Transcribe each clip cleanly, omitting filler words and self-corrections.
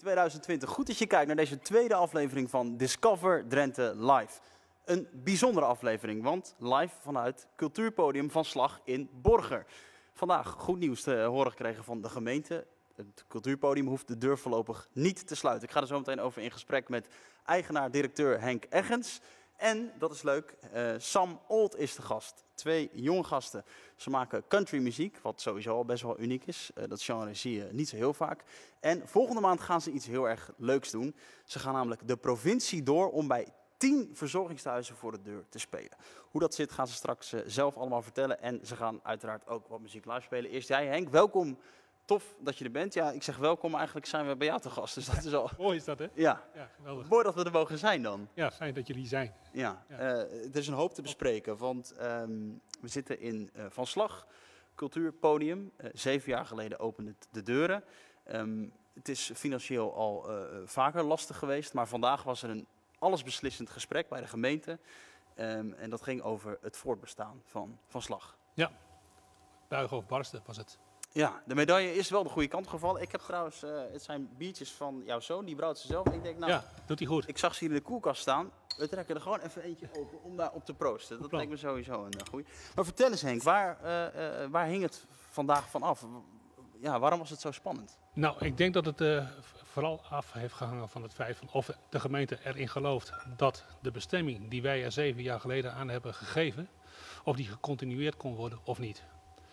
2020. Goed dat je kijkt naar deze tweede aflevering van Discover Drenthe Live. Een bijzondere aflevering, want live vanuit Cultuurpodium Van Slag in Borger. Vandaag goed nieuws te horen gekregen van de gemeente. Het Cultuurpodium hoeft de deur voorlopig niet te sluiten. Ik ga er zo meteen over in gesprek met eigenaar-directeur Henk Eggens. En, dat is leuk, Sam Old is de gast. 2 jonge gasten. Ze maken countrymuziek, wat sowieso al best wel uniek is. Dat genre zie je niet zo heel vaak. En volgende maand gaan ze iets heel erg leuks doen. Ze gaan namelijk de provincie door om bij 10 verzorgingstehuizen voor de deur te spelen. Hoe dat zit gaan ze straks zelf allemaal vertellen. En ze gaan uiteraard ook wat muziek live spelen. Eerst jij, Henk, welkom. Tof dat je er bent. Ja, ik zeg welkom, eigenlijk zijn we bij jou te gast. Dus dat is al... Mooi is dat, hè? Ja, Geweldig. mooi dat we er mogen zijn dan. Ja, fijn dat jullie zijn. Ja, er is een hoop te bespreken, want we zitten in Van Slag, Cultuurpodium. 7 jaar geleden opende het de deuren. Het is financieel al vaker lastig geweest, maar vandaag was er een allesbeslissend gesprek bij de gemeente. En dat ging over het voortbestaan van Slag. Ja, buigen of barsten was het. Ja, de medaille is wel de goede kant gevallen. Ik heb trouwens, het zijn biertjes van jouw zoon, die brouwt ze zelf. Ik denk, nou, Ja, doet hij goed. ik zag ze hier in de koelkast staan. We trekken er gewoon even eentje open om daar op te proosten. Dat lijkt me sowieso een goeie. Maar vertel eens Henk, waar hing het vandaag van af? Ja, waarom was het zo spannend? Nou, ik denk dat het vooral af heeft gehangen van het feit of de gemeente erin gelooft dat de bestemming die wij er 7 jaar geleden aan hebben gegeven, of die gecontinueerd kon worden of niet.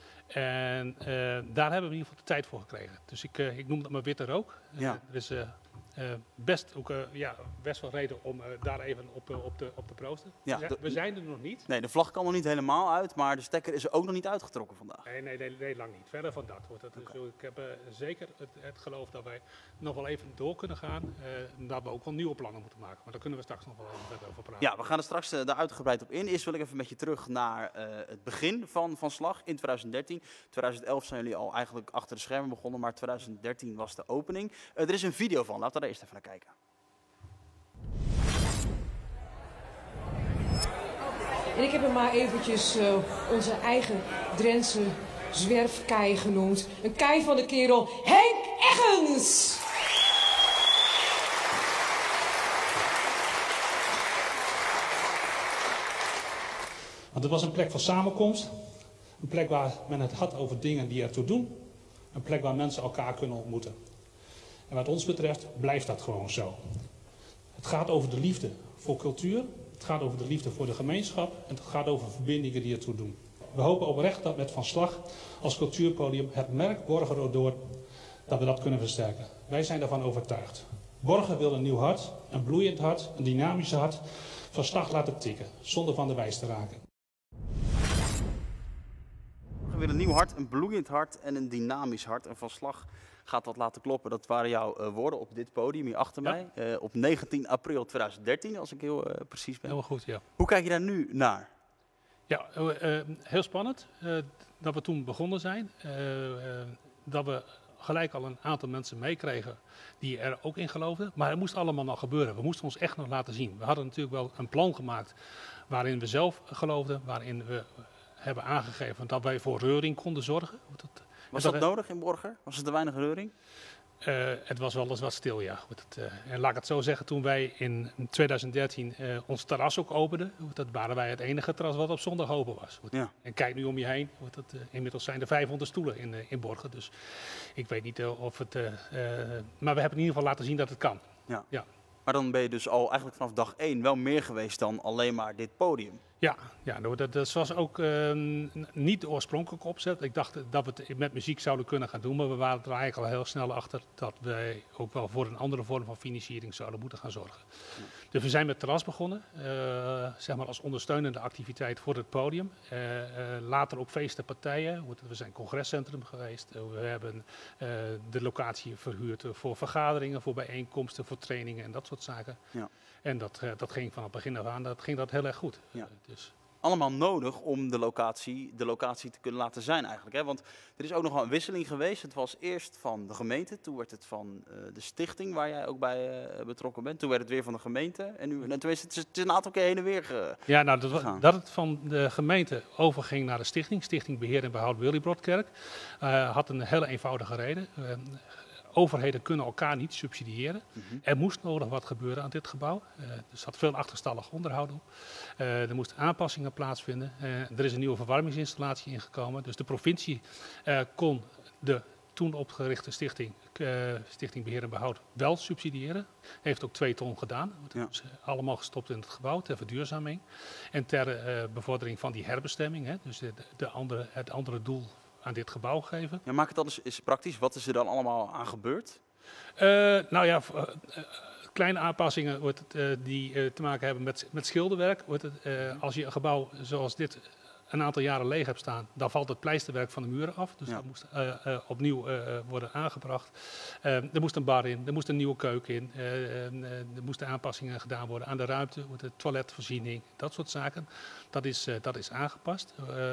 En daar hebben we in ieder geval de tijd voor gekregen. Dus ik noem dat maar witte rook. Ja. Er is best wel reden om daar even op te proosten. Ja, We zijn er nog niet. Nee, de vlag kan nog niet helemaal uit, maar de stekker is er ook nog niet uitgetrokken vandaag. Nee, lang niet. Verder van dat. Ik heb zeker het geloof dat wij nog wel even door kunnen gaan. En dat we ook wel nieuwe plannen moeten maken. Maar daar kunnen we straks nog wel even over praten. Ja, we gaan er straks daar uitgebreid op in. Eerst wil ik even met je terug naar het begin van Slag in 2013. 2011 zijn jullie al eigenlijk achter de schermen begonnen, maar 2013 was de opening. Er is een video van, laten we daar eerst even naar kijken. En ik heb hem maar eventjes onze eigen Drentse zwerfkei genoemd. Een kei van de kerel Henk Eggens! Want het was een plek van samenkomst. Een plek waar men het had over dingen die ertoe doen. Een plek waar mensen elkaar kunnen ontmoeten. En wat ons betreft blijft dat gewoon zo. Het gaat over de liefde voor cultuur. Het gaat over de liefde voor de gemeenschap. En het gaat over verbindingen die ertoe doen. We hopen oprecht dat met Van Slag als cultuurpodium het merk Borger door dat we dat kunnen versterken. Wij zijn daarvan overtuigd. Borger wil een nieuw hart, een bloeiend hart, een dynamisch hart van slag laten tikken, zonder van de wijs te raken. We willen een nieuw hart, een bloeiend hart en een dynamisch hart. En Van Slag gaat dat laten kloppen. Dat waren jouw woorden op dit podium hier achter mij. Op 19 april 2013, als ik heel precies ben. Heel goed, ja. Hoe kijk je daar nu naar? Ja, heel spannend dat we toen begonnen zijn. Dat we gelijk al een aantal mensen meekregen die er ook in geloofden. Maar het moest allemaal nog gebeuren. We moesten ons echt nog laten zien. We hadden natuurlijk wel een plan gemaakt waarin we zelf geloofden. Waarin we hebben aangegeven dat wij voor reuring konden zorgen. Was dat nodig in Borger? Was er te weinig reuring? Het was wel eens wat stil, ja. En laat ik het zo zeggen, toen wij in 2013 ons terras ook openden, dat waren wij het enige terras wat op zondag open was. Ja. En kijk nu om je heen, inmiddels zijn er 500 stoelen in Borger. Dus ik weet niet of het... maar we hebben in ieder geval laten zien dat het kan. Ja. Ja. Maar dan ben je dus al eigenlijk vanaf dag 1 wel meer geweest dan alleen maar dit podium. Ja, dat was ook niet de oorspronkelijke opzet. Ik dacht dat we het met muziek zouden kunnen gaan doen, maar we waren er eigenlijk al heel snel achter dat wij ook wel voor een andere vorm van financiering zouden moeten gaan zorgen. Ja. Dus we zijn met terras begonnen, zeg maar als ondersteunende activiteit voor het podium. Later ook feesten, partijen. We zijn congrescentrum geweest. We hebben de locatie verhuurd voor vergaderingen, voor bijeenkomsten, voor trainingen en dat soort zaken. Ja. En dat ging van het begin af aan ging dat heel erg goed. Ja. Dus. Allemaal nodig om de locatie te kunnen laten zijn eigenlijk. Hè? Want er is ook nog wel een wisseling geweest. Het was eerst van de gemeente, toen werd het van de stichting waar jij ook bij betrokken bent. Toen werd het weer van de gemeente. En nu, het is een aantal keer heen en weer gegaan. Ja, nou, dat het van de gemeente overging naar de stichting. Stichting Beheer en Behoud Willibrordkerk. Had een hele eenvoudige reden. overheden kunnen elkaar niet subsidiëren. Er moest nodig wat gebeuren aan dit gebouw. Er zat veel achterstallig onderhoud op. Er moesten aanpassingen plaatsvinden. Er is een nieuwe verwarmingsinstallatie ingekomen. Dus de provincie kon de toen opgerichte Stichting Beheer en Behoud wel subsidiëren. Heeft ook 2 ton gedaan. Dat is allemaal gestopt in het gebouw ter verduurzaming. En ter bevordering van die herbestemming. Hè, dus het andere doel aan dit gebouw geven. Ja, maak het dan eens praktisch. Wat is er dan allemaal aan gebeurd? Kleine aanpassingen die te maken hebben met schilderwerk. Als je een gebouw zoals dit een aantal jaren leeg hebt staan, dan valt het pleisterwerk van de muren af. Dus dat moest opnieuw worden aangebracht. Er moest een bar in, er moest een nieuwe keuken in. Er moesten aanpassingen gedaan worden aan de ruimte, de toiletvoorziening, dat soort zaken. Dat is aangepast.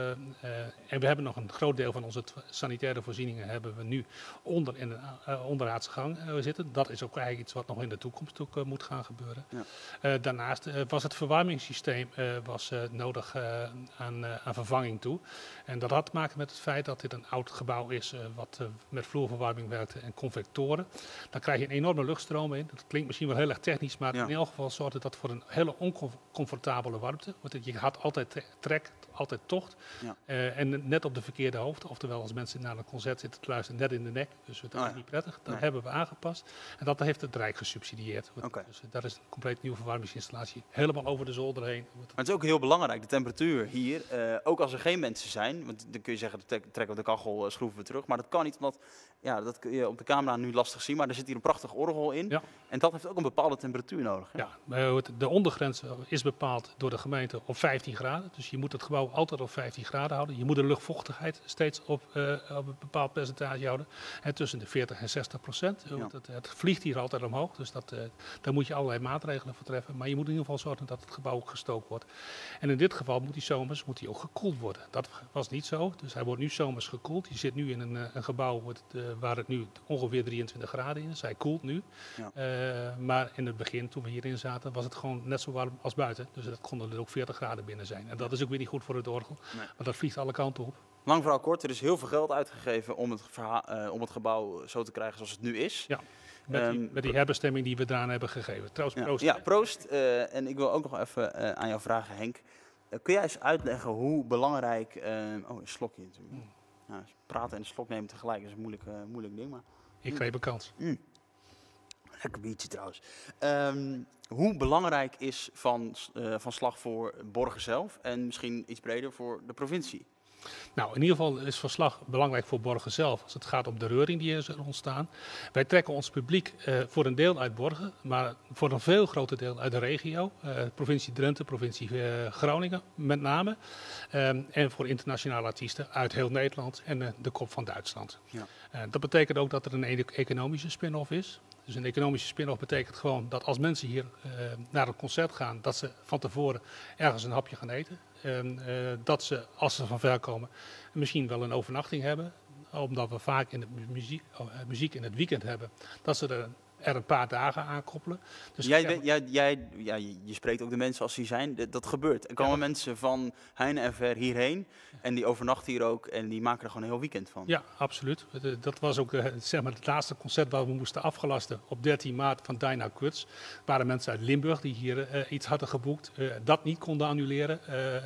En we hebben nog een groot deel van onze sanitaire voorzieningen hebben we nu onder in de onderaardse gang zitten. Dat is ook eigenlijk iets wat nog in de toekomst ook moet gaan gebeuren. Ja. Daarnaast was het verwarmingssysteem nodig aan vervanging toe. En dat had te maken met het feit dat dit een oud gebouw is wat met vloerverwarming werkte en convectoren. Dan krijg je een enorme luchtstroom in. Dat klinkt misschien wel heel erg technisch, maar in elk geval zorgde dat voor een hele oncomfortabele warmte. Want je had altijd trek, altijd tocht. Ja. En net op de verkeerde hoogte. Oftewel als mensen naar een concert zitten te luisteren, net in de nek. Dus dat is niet prettig. Dat hebben we aangepast. En dat heeft het Rijk gesubsidieerd. Dus daar is een compleet nieuwe verwarmingsinstallatie. Helemaal over de zolder heen. Maar het is ook heel belangrijk, de temperatuur hier. Ook als er geen mensen zijn. Want dan kun je zeggen, trekken we de kachel, schroeven we terug. Maar dat kan niet, omdat dat kun je op de camera nu lastig zien. Maar er zit hier een prachtig orgel in. Ja. En dat heeft ook een bepaalde temperatuur nodig. Hè? Ja, de ondergrens is bepaald door de gemeente op 15 graden. Dus je moet het gebouw altijd op 15 graden houden. Je moet de luchtvochtigheid steeds op een bepaald percentage houden. Tussen de 40 en 60%. Ja. Het vliegt hier altijd omhoog. Dus daar moet je allerlei maatregelen voor treffen. Maar je moet in ieder geval zorgen dat het gebouw ook gestookt wordt. En in dit geval moet die ook gekoeld worden. Dat was niet zo. Dus hij wordt nu zomers gekoeld. Je zit nu in een gebouw waar het nu ongeveer 23 graden in is. Hij koelt nu. Ja. Maar in het begin, toen we hierin zaten, was het gewoon net zo warm als buiten. Dus dat konden er ook 40 graden binnen zijn. En dat is ook weer niet goed voor het orgel. Nee. Maar dat vliegt alle kanten op. Lang verhaal kort, er is heel veel geld uitgegeven om het gebouw zo te krijgen zoals het nu is. Ja. Met die herbestemming die we eraan hebben gegeven. Trouwens, proost. Ja, proost. En ik wil ook nog even aan jou vragen, Henk. Kun jij eens uitleggen hoe belangrijk... een slokje natuurlijk. Nou, praten en een slok nemen tegelijk is een moeilijk ding. Maar... Ik greep een kans. Lekker biertje trouwens. Hoe belangrijk is van slag voor Borger zelf en misschien iets breder voor de provincie? Nou, in ieder geval is verslag belangrijk voor Borger zelf als het gaat om de reuring die er ontstaan. Wij trekken ons publiek voor een deel uit Borger, maar voor een veel groter deel uit de regio. Provincie Drenthe, provincie Groningen met name. En voor internationale artiesten uit heel Nederland en de kop van Duitsland. Ja. Dat betekent ook dat er een economische spin-off is. Dus een economische spin-off betekent gewoon dat als mensen hier naar een concert gaan, dat ze van tevoren ergens een hapje gaan eten. Dat ze, als ze van ver komen, misschien wel een overnachting hebben. Omdat we vaak in de muziek in het weekend hebben, dat ze er een paar dagen aan koppelen. Dus je spreekt ook de mensen als die zijn. Dat gebeurt. Er komen mensen van heine en ver hierheen en die overnachten hier ook en die maken er gewoon een heel weekend van. Ja, absoluut. Dat was ook het laatste concert waar we moesten afgelasten op 13 maart van Dinah Quds. Er waren mensen uit Limburg die hier iets hadden geboekt, dat niet konden annuleren.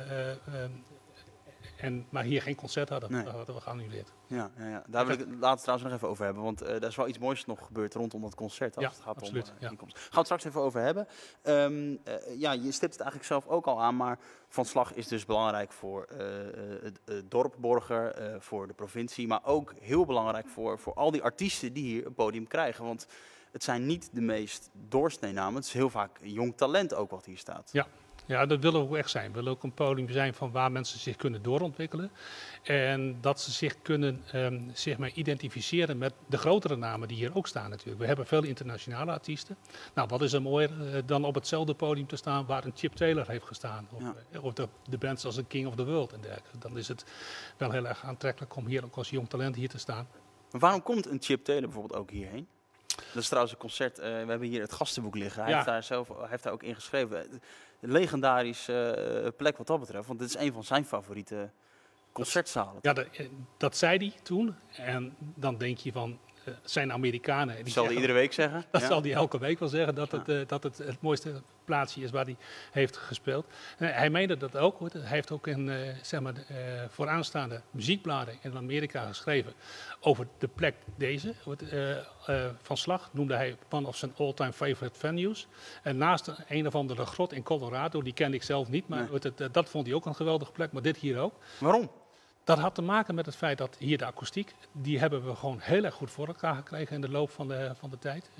Maar hier geen concert hadden we geannuleerd. Ja. Daar wil ik het later trouwens nog even over hebben. Want er is wel iets moois nog gebeurd rondom dat concert. Als het gaat absoluut, om inkomsten. Gaan we het straks even over hebben. Je stipt het eigenlijk zelf ook al aan. Maar Van Slag is dus belangrijk voor het dorp Borger, voor de provincie. Maar ook heel belangrijk voor al die artiesten die hier een podium krijgen. Want het zijn niet de meest doorsnee namen. Het is heel vaak jong talent ook wat hier staat. Ja, dat willen we ook echt zijn. We willen ook een podium zijn van waar mensen zich kunnen doorontwikkelen. En dat ze zich kunnen identificeren met de grotere namen die hier ook staan natuurlijk. We hebben veel internationale artiesten. Nou, wat is er mooier dan op hetzelfde podium te staan waar een Chip Taylor heeft gestaan. Of de bands als een King of the World en dergelijke. Dan is het wel heel erg aantrekkelijk om hier ook als jong talent hier te staan. Maar waarom komt een Chip Taylor bijvoorbeeld ook hierheen? Dat is trouwens een concert. We hebben hier het gastenboek liggen. Hij heeft daar ook in geschreven. Een legendarische plek wat dat betreft. Want dit is een van zijn favoriete concertzalen. Ja, dat zei hij toen. En dan denk je van, zijn Amerikanen. Dat zal hij iedere week zeggen. Dat zal hij elke week wel zeggen, dat het mooiste plaatsje is waar hij heeft gespeeld. Hij meende dat ook. Hij heeft ook in vooraanstaande muziekbladen in Amerika geschreven over de plek deze. Van Slag noemde hij one of zijn all-time favorite venues. En naast een of andere grot in Colorado, die kende ik zelf niet, maar dat vond hij ook een geweldige plek, maar dit hier ook. Waarom? Dat had te maken met het feit dat hier de akoestiek, die hebben we gewoon heel erg goed voor elkaar gekregen in de loop van de tijd.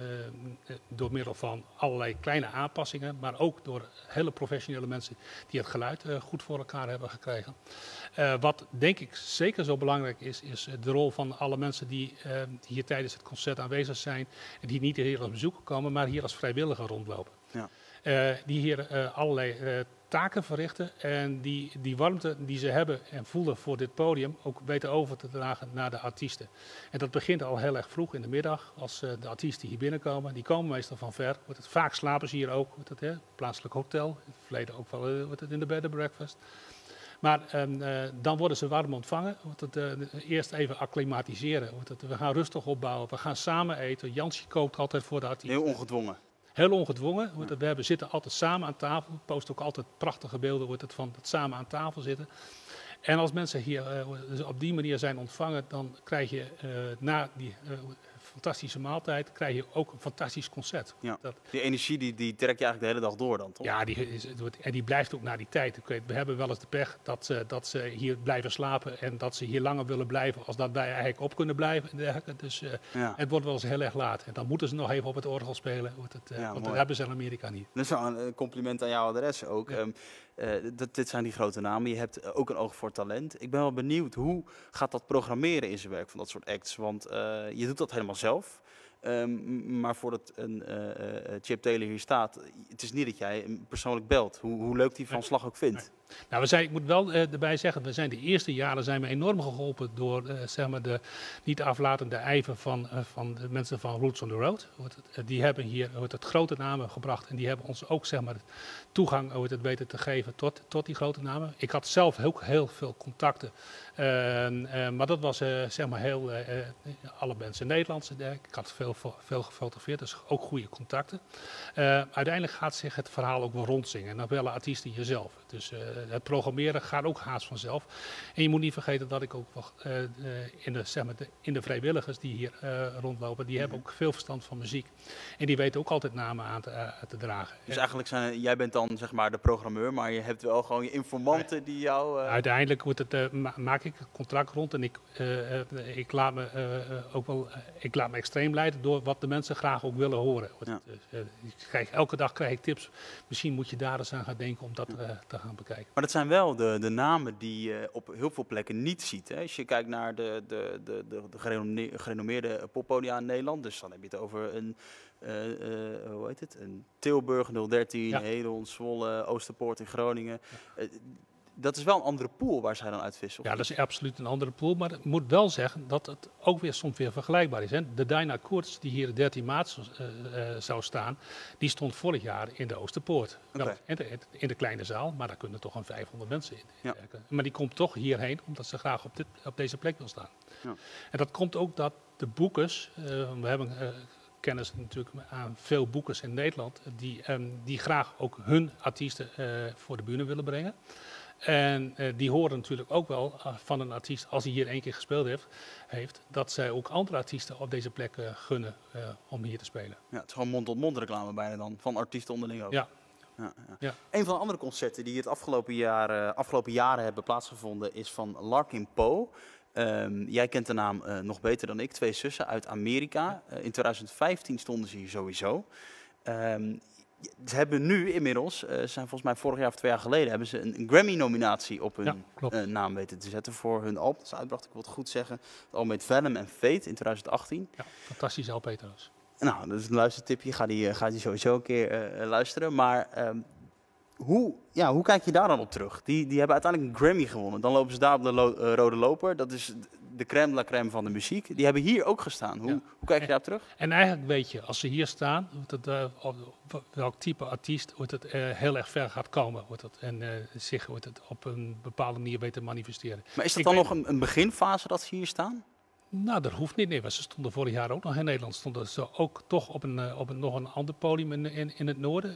Door middel van allerlei kleine aanpassingen, maar ook door hele professionele mensen die het geluid goed voor elkaar hebben gekregen. Wat denk ik zeker zo belangrijk is de rol van alle mensen die hier tijdens het concert aanwezig zijn. En die niet hier als bezoeker komen, maar hier als vrijwilliger rondlopen. Ja. Die hier allerlei taken verrichten en die warmte die ze hebben en voelen voor dit podium ook weten over te dragen naar de artiesten. En dat begint al heel erg vroeg in de middag als de artiesten hier binnenkomen. Die komen meestal van ver. Vaak slapen ze hier ook, plaatselijk hotel. In het verleden ook wel in de bed and breakfast. Maar dan worden ze warm ontvangen. Eerst even acclimatiseren. We gaan rustig opbouwen. We gaan samen eten. Jansje kookt altijd voor de artiesten. Heel ongedwongen. Heel ongedwongen. We zitten altijd samen aan tafel. We posten ook altijd prachtige beelden van het samen aan tafel zitten. En als mensen hier op die manier zijn ontvangen, dan krijg je na die fantastische maaltijd krijg je ook een fantastisch concert. Ja. Die energie die trek je eigenlijk de hele dag door dan, toch? Ja, die blijft ook na die tijd. We hebben wel eens de pech dat ze hier blijven slapen en dat ze hier langer willen blijven als dat wij eigenlijk op kunnen blijven. En dergelijke. Dus het wordt wel eens heel erg laat. En dan moeten ze nog even op het orgel spelen, want dat hebben ze in Amerika niet. Dat is wel een compliment aan jouw adres ook. Ja. Dit zijn die grote namen. Je hebt ook een oog voor talent. Ik ben wel benieuwd, hoe gaat dat programmeren in zijn werk van dat soort acts? Want je doet dat helemaal zelf. Maar voordat een Chip Taylor hier staat, het is niet dat jij hem persoonlijk belt. Hoe leuk die Van Slag ook vindt. Nee. Nou, ik moet wel erbij zeggen, we zijn de eerste jaren zijn we enorm geholpen door de niet aflatende ijver van de mensen van Roots on the Road. Die hebben hier het grote namen gebracht en die hebben ons ook toegang weten te geven tot die grote namen. Ik had zelf ook heel veel contacten, maar dat was heel alle mensen Nederlands. Ik had veel gefotografeerd, dus ook goede contacten. Uiteindelijk gaat zich het verhaal ook wel rondzingen en dan bellen artiesten jezelf. Dus het programmeren gaat ook haast vanzelf. En je moet niet vergeten dat ik ook in de vrijwilligers die hier rondlopen, die hebben ook veel verstand van muziek. En die weten ook altijd namen aan te dragen. Dus eigenlijk jij bent dan zeg maar de programmeur, maar je hebt wel gewoon je informanten die jou... Uiteindelijk maak ik een contract rond en ik laat me extreem leiden door wat de mensen graag ook willen horen. Ja. Elke dag krijg ik tips. Misschien moet je daar eens aan gaan denken om dat te gaan bekijken. Maar dat zijn wel de namen die je op heel veel plekken niet ziet. Hè? Als je kijkt naar de gerenommeerde poppodia in Nederland, dus dan heb je het over een Tilburg 013, Hedon, Zwolle, Oosterpoort in Groningen. Ja. Dat is wel een andere pool waar zij dan uitvissen. Ja, dat is absoluut een andere pool. Maar ik moet wel zeggen dat het ook weer soms weer vergelijkbaar is. Hè. De Dinah Koorts, die hier 13 maart zou staan, die stond vorig jaar in de Oosterpoort. Okay. In de kleine zaal, maar daar kunnen toch een 500 mensen in. Ja. Maar die komt toch hierheen, omdat ze graag op deze plek wil staan. Ja. En dat komt ook dat de boekers, we hebben... kennis natuurlijk aan veel boekers in Nederland die graag ook hun artiesten voor de bühne willen brengen. En die horen natuurlijk ook wel van een artiest, als hij hier 1 keer gespeeld heeft, dat zij ook andere artiesten op deze plek gunnen om hier te spelen. Ja, het is gewoon mond-tot-mond reclame bijna dan, van artiesten onderling ook. Ja. Ja. Een van de andere concerten die het afgelopen jaren hebben plaatsgevonden is van Larkin Poe. Jij kent de naam nog beter dan ik, 2 zussen uit Amerika. In 2015 stonden ze hier sowieso. Ze hebben nu inmiddels, zijn volgens mij vorig jaar of 2 jaar geleden, hebben ze een Grammy-nominatie op hun naam weten te zetten voor hun album. Dat is uitgebracht, ik wil het goed zeggen. Het album heet Venom and Fate in 2018. Ja, fantastisch LP trouwens. Nou, dat is een luistertipje. Ga die sowieso een keer luisteren. Maar hoe kijk je daar dan op terug? Die hebben uiteindelijk een Grammy gewonnen. Dan lopen ze daar op de rode loper. Dat is de crème de la crème van de muziek. Die hebben hier ook gestaan. Hoe kijk je daarop terug? En eigenlijk weet je, als ze hier staan, welk type artiest heel erg ver gaat komen. Zich op een bepaalde manier weet te manifesteren. Maar is dat dan nog een beginfase dat ze hier staan? Nou, dat hoeft niet. Nee, maar ze stonden vorig jaar ook nog in Nederland. Stonden ze ook toch op nog een ander podium in het noorden.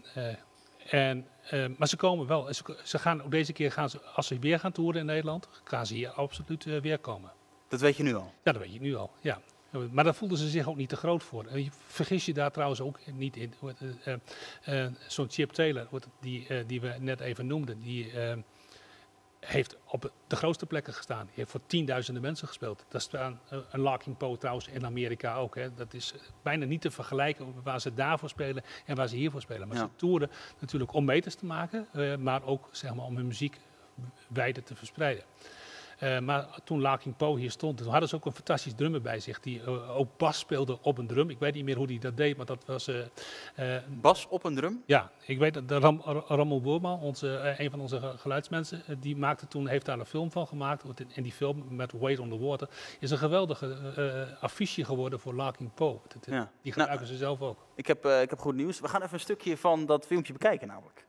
Maar ze komen wel. Ze gaan, ook deze keer gaan ze, als ze weer gaan toeren in Nederland, gaan ze hier absoluut weer komen. Dat weet je nu al? Ja, dat weet je nu al. Ja. Maar daar voelden ze zich ook niet te groot voor. Vergis je daar trouwens ook niet in. Zo'n Chip Taylor, die we net even noemden, die heeft op de grootste plekken gestaan. Die heeft voor tienduizenden mensen gespeeld. Dat is een Larkin Poe trouwens in Amerika ook. Hè. Dat is bijna niet te vergelijken waar ze daarvoor spelen en waar ze hiervoor spelen. Maar ze toeren natuurlijk om meters te maken, maar ook zeg maar, om hun muziek wijder te verspreiden. Maar toen Larkin Poe hier stond, toen hadden ze ook een fantastisch drummer bij zich. Die ook bas speelde op een drum. Ik weet niet meer hoe hij dat deed, maar dat was... bas op een drum? Ja, ik weet dat Ramon Boerman, een van onze geluidsmensen, die heeft daar een film van gemaakt. En die film met Weight on the Water is een geweldige affiche geworden voor Larkin Poe. Die gebruiken ze zelf ook. Ik heb goed nieuws. We gaan even een stukje van dat filmpje bekijken namelijk.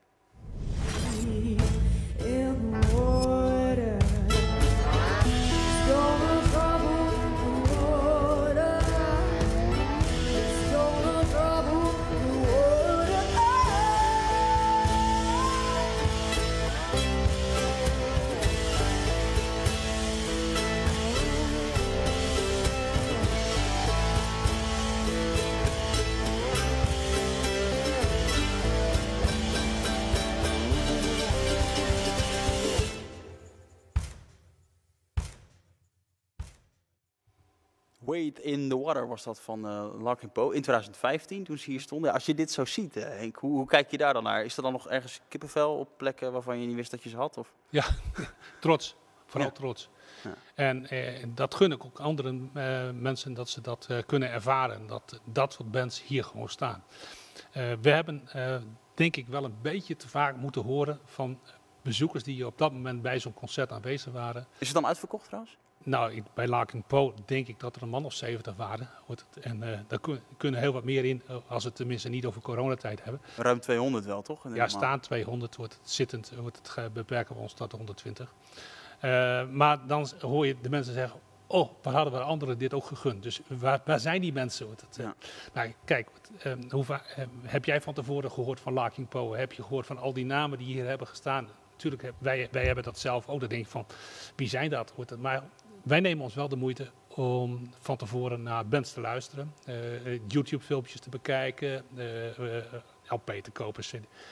Wade in the Water was dat van Larkin Poe in 2015, toen ze hier stonden. Ja, als je dit zo ziet, Henk, hoe kijk je daar dan naar? Is er dan nog ergens kippenvel op plekken waarvan je niet wist dat je ze had? Of? Ja, trots. Vooral trots. Ja. En dat gun ik ook andere mensen, dat ze dat kunnen ervaren. Dat soort bands hier gewoon staan. We hebben, denk ik, wel een beetje te vaak moeten horen van bezoekers die op dat moment bij zo'n concert aanwezig waren. Is het dan uitverkocht trouwens? Nou, bij Larkin Poe denk ik dat er een man of 70 waren. En daar kunnen heel wat meer in, als we het tenminste niet over coronatijd hebben. Ruim 200 wel, toch? Ja, staan 200, zittend beperken we ons tot 120. Maar dan hoor je de mensen zeggen, oh, waar hadden we anderen dit ook gegund? Dus waar zijn die mensen? Nou, kijk, heb jij van tevoren gehoord van Larkin Poe? Heb je gehoord van al die namen die hier hebben gestaan? Natuurlijk, wij hebben dat zelf ook. Dan denk ik van, wie zijn dat? Maar wij nemen ons wel de moeite om van tevoren naar bands te luisteren, YouTube-filmpjes te bekijken, LP te kopen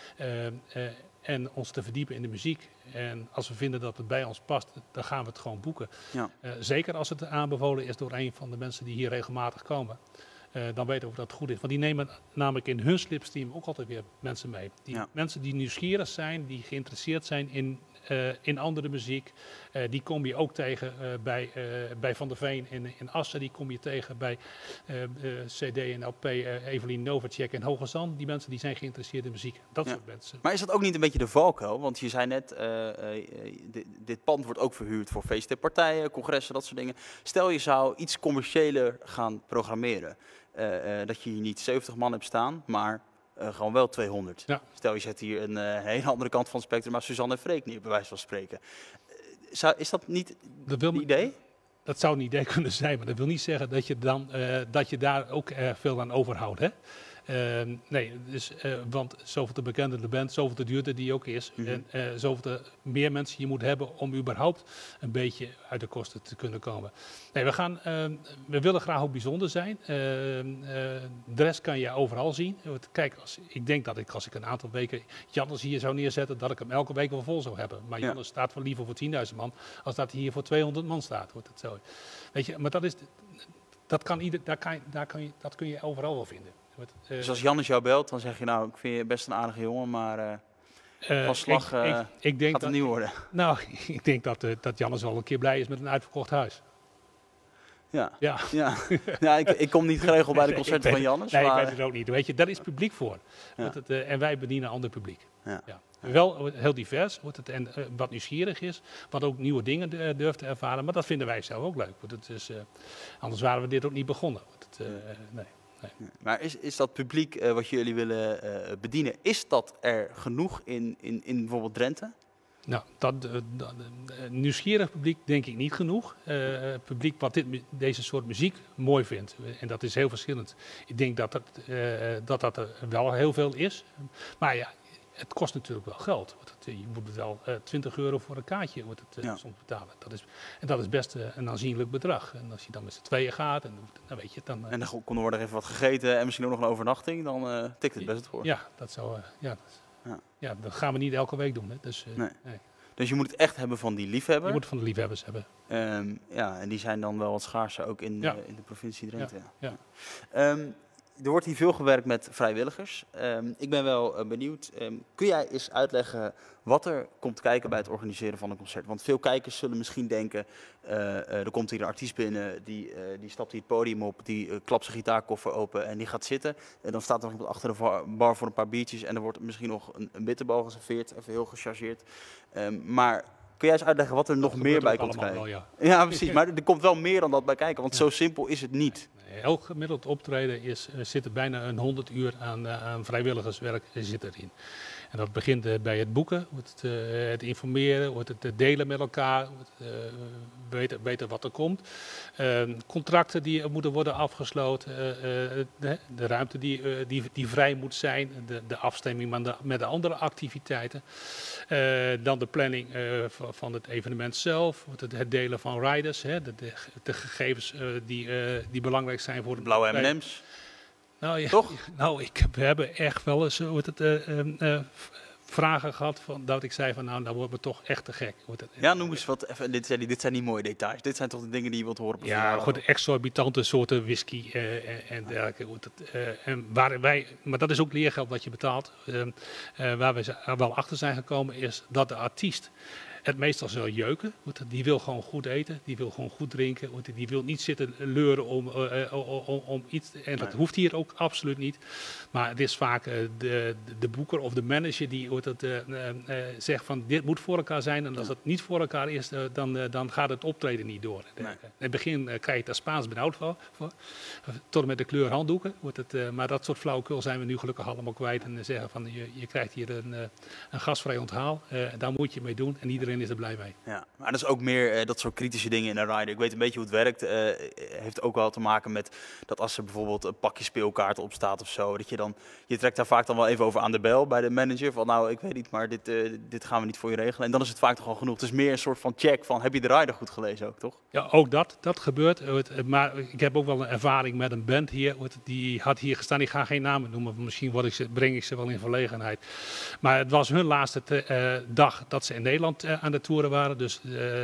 en ons te verdiepen in de muziek. En als we vinden dat het bij ons past, dan gaan we het gewoon boeken. Ja. Zeker als het aanbevolen is door een van de mensen die hier regelmatig komen. Dan weten we of dat goed is. Want die nemen namelijk in hun slipstream ook altijd weer mensen mee. Mensen die nieuwsgierig zijn, die geïnteresseerd zijn in andere muziek. Die kom je ook tegen bij Van der Veen in Assen. Die kom je tegen bij CD en LP Evelien Novacek en Hoge Zand. Die mensen die zijn geïnteresseerd in muziek. Dat soort mensen. Maar is dat ook niet een beetje de valkuil? Want je zei net, dit pand wordt ook verhuurd voor feesten, partijen, congressen, dat soort dingen. Stel je zou iets commerciëler gaan programmeren. Dat je hier niet 70 man hebt staan, maar gewoon wel 200. Ja. Stel je zet hier een hele andere kant van het spectrum, maar Suzanne en Freek niet, bij wijze van spreken. Is dat niet het idee? Dat zou een idee kunnen zijn, maar dat wil niet zeggen dat je daar ook veel aan overhoudt. Hè? Nee, dus, want zoveel te bekender de band, zoveel te duurder die ook is. Mm-hmm. En zoveel te meer mensen je moet hebben om überhaupt een beetje uit de kosten te kunnen komen. Nee, we willen graag ook bijzonder zijn. De rest kan je overal zien. Kijk, ik denk dat als ik een aantal weken Jannes hier zou neerzetten, dat ik hem elke week wel vol zou hebben. Maar Jannes staat voor liever voor 10.000 man, als dat hij hier voor 200 man staat. Wordt het zo. Weet je, maar dat kun je overal wel vinden. Dus als Jannes jou belt, dan zeg je nou, ik vind je best een aardige jongen, maar van slag ik denk gaat het niet worden. Nou, ik denk dat Jannes wel een keer blij is met een uitverkocht huis. Ja, ik kom niet geregeld bij de concerten van Jannes. Nee, maar ik weet het ook niet. Weet je, daar is publiek voor. Ja. En wij bedienen een ander publiek. Ja. Wel heel divers, en wat nieuwsgierig is, wat ook nieuwe dingen durft te ervaren. Maar dat vinden wij zelf ook leuk. Anders waren we dit ook niet begonnen. Nee. Maar is dat publiek wat jullie willen bedienen, is dat er genoeg in bijvoorbeeld Drenthe? Nou, nieuwsgierig publiek denk ik niet genoeg. Publiek wat deze soort muziek mooi vindt. En dat is heel verschillend. Ik denk dat er wel heel veel is. Maar ja, het kost natuurlijk wel geld. Je moet wel €20 voor een kaartje soms betalen. Dat is best een aanzienlijk bedrag. En als je dan met z'n tweeën gaat, dan weet je het dan. En dan kon er even wat gegeten en misschien ook nog een overnachting, dan tikt het best voor. Ja, dat gaan we niet elke week doen. Hè. Dus, nee. Dus je moet het echt hebben van die liefhebbers. Je moet het van de liefhebbers hebben. En die zijn dan wel wat schaarser ook in de provincie Drenthe. Ja. Er wordt hier veel gewerkt met vrijwilligers. Ik ben wel benieuwd. Kun jij eens uitleggen wat er komt kijken bij het organiseren van een concert? Want veel kijkers zullen misschien denken, er komt hier een artiest binnen, die stapt hier het podium op, die klapt zijn gitaarkoffer open en die gaat zitten. En dan staat er nog iemand achter de bar voor een paar biertjes en er wordt misschien nog een bitterbal geserveerd, even heel gechargeerd. Maar kun jij eens uitleggen wat er nog meer bij komt kijken? Wel, ja, precies. Maar er komt wel meer dan dat bij kijken, want zo simpel is het niet. Elk gemiddeld optreden zit er bijna 100 uur aan vrijwilligerswerk zit erin. En dat begint bij het boeken, het informeren, het delen met elkaar, weten wat er komt. Contracten die moeten worden afgesloten, de ruimte die vrij moet zijn, de afstemming met de andere activiteiten. Dan de planning van het evenement zelf, het delen van riders, de gegevens die belangrijk zijn voor de blauwe M&M's. Nou ja, toch? Nou, we hebben echt wel eens vragen gehad dat ik zei van dat wordt me toch echt te gek. Ja, noem eens wat. Even, dit zijn niet mooie details. Dit zijn toch de dingen die je wilt horen. Ja, goed, exorbitante soorten whisky en dergelijke. Maar dat is ook leergeld wat je betaalt. Waar we wel achter zijn gekomen is dat de artiest het meestal zal jeuken. Die wil gewoon goed eten, die wil gewoon goed drinken. Die wil niet zitten leuren om iets. En dat hoeft hier ook absoluut niet. Maar het is vaak de boeker of de manager die zegt van dit moet voor elkaar zijn. En als het niet voor elkaar is, dan gaat het optreden niet door. Nee. In het begin krijg je daar Spaans benauwd voor. Tot en met de kleur handdoeken. Maar dat soort flauwekul zijn we nu gelukkig allemaal kwijt. En zeggen van je krijgt hier een gasvrij onthaal. Daar moet je mee doen. En iedereen is er blij mee. Ja, maar dat is ook meer dat soort kritische dingen in een rider. Ik weet een beetje hoe het werkt. Heeft ook wel te maken met dat als er bijvoorbeeld een pakje speelkaarten op staat of zo, dat je trekt daar vaak dan wel even over aan de bel bij de manager. Van nou, ik weet niet, maar dit gaan we niet voor je regelen. En dan is het vaak toch al genoeg. Het is meer een soort van check van, heb je de rider goed gelezen ook, toch? Ja, ook dat gebeurt. Maar ik heb ook wel een ervaring met een band hier. Die had hier gestaan, ik ga geen namen noemen. Misschien breng ik ze wel in verlegenheid. Maar het was hun laatste dag dat ze in Nederland aan de toeren waren. Dus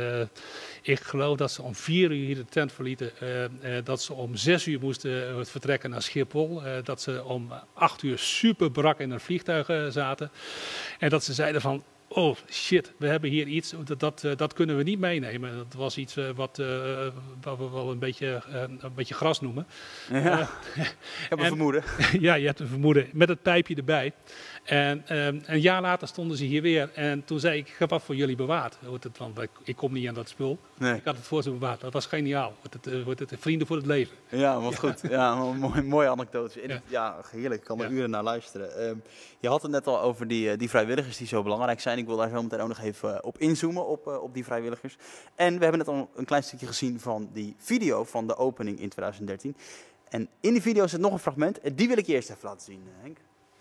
ik geloof dat ze om 4 uur hier de tent verlieten. Dat ze om 6 uur moesten vertrekken naar Schiphol. Dat ze om 8 uur super brak in een vliegtuig zaten. En dat ze zeiden van, oh shit, we hebben hier iets, dat kunnen we niet meenemen. Dat was iets wat we wel een beetje gras noemen. Ja, ik heb een vermoeden. Ja, je hebt een vermoeden, met het pijpje erbij. En een jaar later stonden ze hier weer en toen zei ik heb wat voor jullie bewaard. Want ik kom niet aan dat spul. Nee. Ik had het voor ze bewaard. Dat was geniaal. Het vrienden voor het leven. Ja, wat goed. Ja, een mooie anekdote. Ja, heerlijk. Ik kan er uren naar luisteren. Je had het net al over die vrijwilligers die zo belangrijk zijn. Ik wil daar zo meteen ook nog even op inzoomen, op die vrijwilligers. En we hebben net al een klein stukje gezien van die video van de opening in 2013. En in die video zit nog een fragment. Die wil ik je eerst even laten zien, Henk.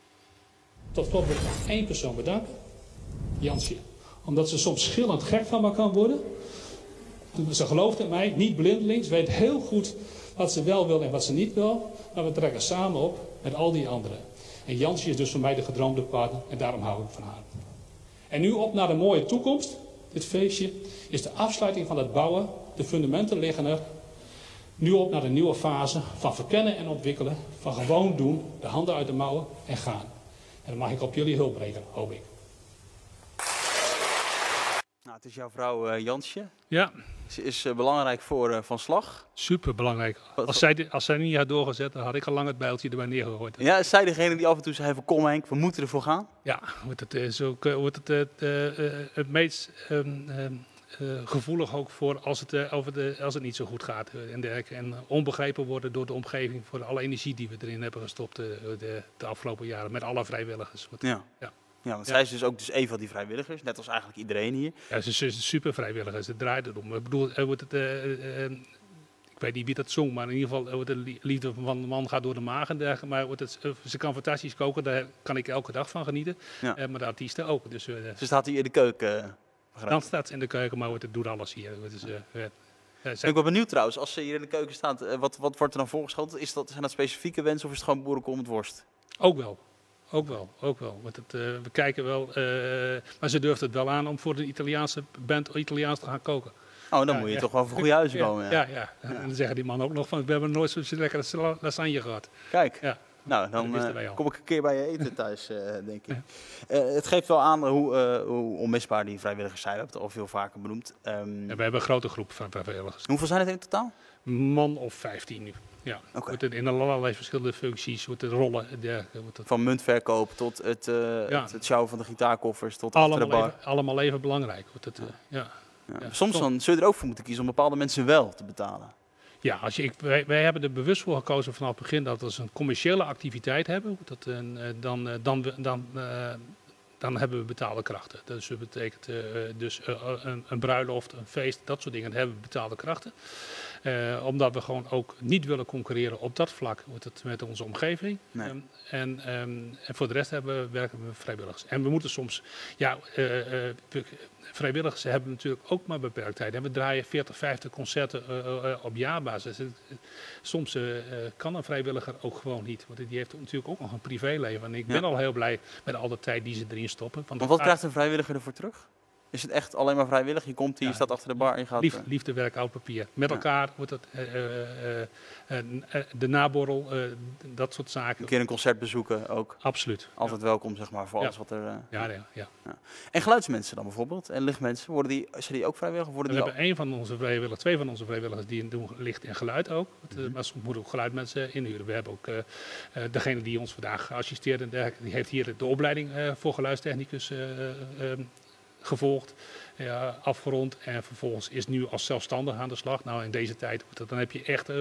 Tot slot wil ik nog 1 persoon bedanken. Jansje. Omdat ze soms schillend gek van me kan worden. Ze gelooft in mij, niet blindelings. Weet heel goed wat ze wel wil en wat ze niet wil. Maar we trekken samen op met al die anderen. En Jansje is dus voor mij de gedroomde partner. En daarom hou ik van haar. En nu op naar de mooie toekomst. Dit feestje is de afsluiting van het bouwen. De fundamenten liggen er. Nu op naar de nieuwe fase van verkennen en ontwikkelen. Van gewoon doen, de handen uit de mouwen en gaan. En dan mag ik op jullie hulp rekenen, hoop ik. Nou, het is jouw vrouw Jansje. Ja. Ze is belangrijk voor Van Slag. Super belangrijk. Als zij niet had doorgezet, dan had ik al lang het bijltje erbij neergegooid. Ja, is zij degene die af en toe zei van kom Henk, we moeten ervoor gaan? Ja, het meest gevoelig ook voor als het niet zo goed gaat. En onbegrepen worden door de omgeving voor alle energie die we erin hebben gestopt de afgelopen jaren met alle vrijwilligers. Ja. Ja, want zij is dus ook een van die vrijwilligers, net als eigenlijk iedereen hier. Ja, ze is super vrijwilligers. Het draait erom. Ik bedoel, ik weet niet wie dat zong, maar in ieder geval de liefde van de man gaat door de maag en dergelijke. Maar ze kan fantastisch koken, daar kan ik elke dag van genieten. Ja. Maar de artiesten ook. Dus, Ze staat hier in de keuken. dan staat ze in de keuken, maar het doet alles hier. Ben ik wel benieuwd trouwens, als ze hier in de keuken staat, wat wordt er dan voorgeschoteld? Zijn dat specifieke wensen of is het gewoon boerenkool met worst? Ook wel. Want we kijken wel, maar ze durft het wel aan om voor de Italiaanse band Italiaans te gaan koken. Oh, dan moet je toch wel voor goede huizen komen. Ja. En dan zeggen die man ook nog van, we hebben nooit zo'n lekkere lasagne gehad. Kijk, ja. Nou, dan kom ik een keer bij je eten thuis, denk ik. Het geeft wel aan hoe onmisbaar die vrijwilligers zijn. We hebben het al veel vaker benoemd. We hebben een grote groep van vrijwilligers. Hoeveel zijn het in totaal? Man of 15 nu. Ja. Okay. In allerlei verschillende functies, rollen. Van muntverkoop tot het sjouwen van de gitaarkoffers tot achter de bar. Allemaal even belangrijk. Soms dan zul je er ook voor moeten kiezen om bepaalde mensen wel te betalen. Ja, wij hebben er bewust voor gekozen vanaf het begin dat we een commerciële activiteit hebben. Dan hebben we betaalde krachten. Dus dat betekent een bruiloft, een feest, dat soort dingen, dan hebben we betaalde krachten. Omdat we gewoon ook niet willen concurreren op dat vlak met onze omgeving. Nee. En voor de rest werken we met vrijwilligers. En we moeten soms, vrijwilligers hebben natuurlijk ook maar beperktheid. We draaien 40, 50 concerten op jaarbasis. Soms kan een vrijwilliger ook gewoon niet. Want die heeft natuurlijk ook nog een privéleven. En ik ben al heel blij met al de tijd die ze erin stoppen. Want wat krijgt een vrijwilliger ervoor terug? Is het echt alleen maar vrijwillig? Je komt hier, je staat achter de bar en je gaat... Liefdewerk, oud papier. Met elkaar wordt het de naborrel, dat soort zaken. Een keer een concert bezoeken ook. Absoluut. Altijd welkom, zeg maar, voor alles wat er... Ja. En geluidsmensen dan bijvoorbeeld? En lichtmensen, zijn die ook vrijwillig? We hebben twee van onze vrijwilligers die doen licht en geluid ook. Maar soms moeten we ook geluidmensen inhuren. We hebben ook degene die ons vandaag geassisteerd en dergelijke, die heeft hier de opleiding voor geluidstechnicus gevolgd, afgerond en vervolgens is nu als zelfstandig aan de slag. Nou, in deze tijd, dan heb je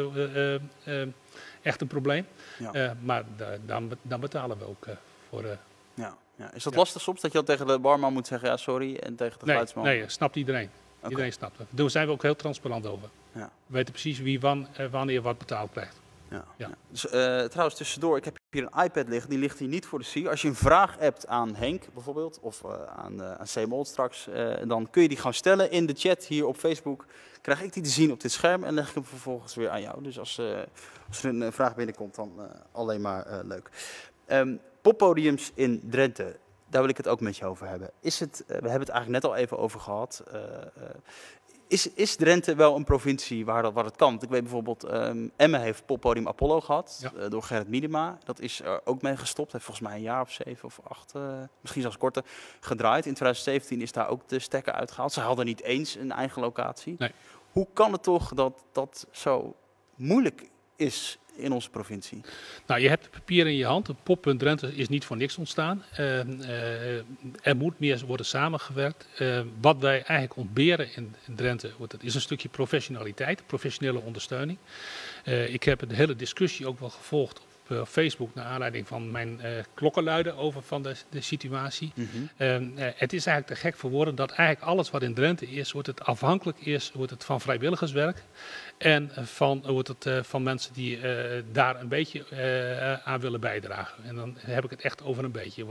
echt een probleem. Ja. Maar dan betalen we ook voor... Is dat lastig soms, dat je dan tegen de barman moet zeggen, ja sorry, en tegen de geluidsman? Nee, snapt iedereen. Okay. Iedereen snapt het. Daar zijn we ook heel transparant over. Ja. We weten precies wie wanneer wat betaald krijgt. Ja. Dus, trouwens, tussendoor, ik heb hier een iPad liggen, die ligt hier niet voor de sier. Als je een vraag hebt aan Henk bijvoorbeeld, of aan C-Mold straks, dan kun je die gewoon stellen in de chat hier op Facebook. Krijg ik die te zien op dit scherm en leg ik hem vervolgens weer aan jou. Dus als er een vraag binnenkomt, dan alleen maar leuk. Poppodiums in Drenthe, daar wil ik het ook met je over hebben. We hebben het eigenlijk net al even over gehad. Is Drenthe wel een provincie waar het kan? Want ik weet bijvoorbeeld, Emmen heeft Poppodium Apollo gehad, door Gerrit Miedema. Dat is er ook mee gestopt. Heeft volgens mij een jaar of 7 of 8, misschien zelfs korter, gedraaid. In 2017 is daar ook de stekker uitgehaald. Ze hadden niet eens een eigen locatie. Nee. Hoe kan het toch dat zo moeilijk is in onze provincie? Nou, je hebt papier in je hand. Pop.Drenthe is niet voor niks ontstaan. Er moet meer worden samengewerkt. Wat wij eigenlijk ontberen in Drenthe is een stukje professionaliteit, professionele ondersteuning. Ik heb de hele discussie ook wel gevolgd op Facebook naar aanleiding van mijn klokkenluiden over van de situatie. Het is eigenlijk te gek voor woorden dat eigenlijk alles wat in Drenthe is, afhankelijk is van vrijwilligerswerk en van mensen die daar een beetje aan willen bijdragen. En dan heb ik het echt over een beetje.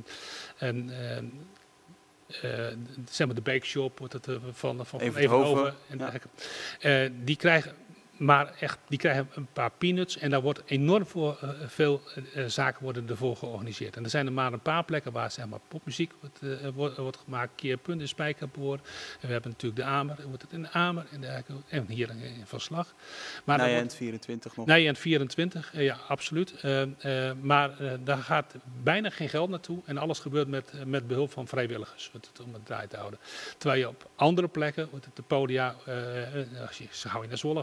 Zeg maar de Bake Shop van Evenhoven. Die krijgen een paar peanuts en daar wordt enorm veel zaken worden ervoor georganiseerd. En er zijn er maar een paar plekken waar zeg maar popmuziek wordt gemaakt, keerpunt in Spijkerboor. En we hebben natuurlijk de Amer, en hier in Van Slag. Nijend 24 nog. Nijend 24, ja absoluut. Maar daar gaat bijna geen geld naartoe en alles gebeurt met behulp van vrijwilligers om het draai te houden. Terwijl je op andere plekken, de podia, als je naar Zwolle gaat, dan ga je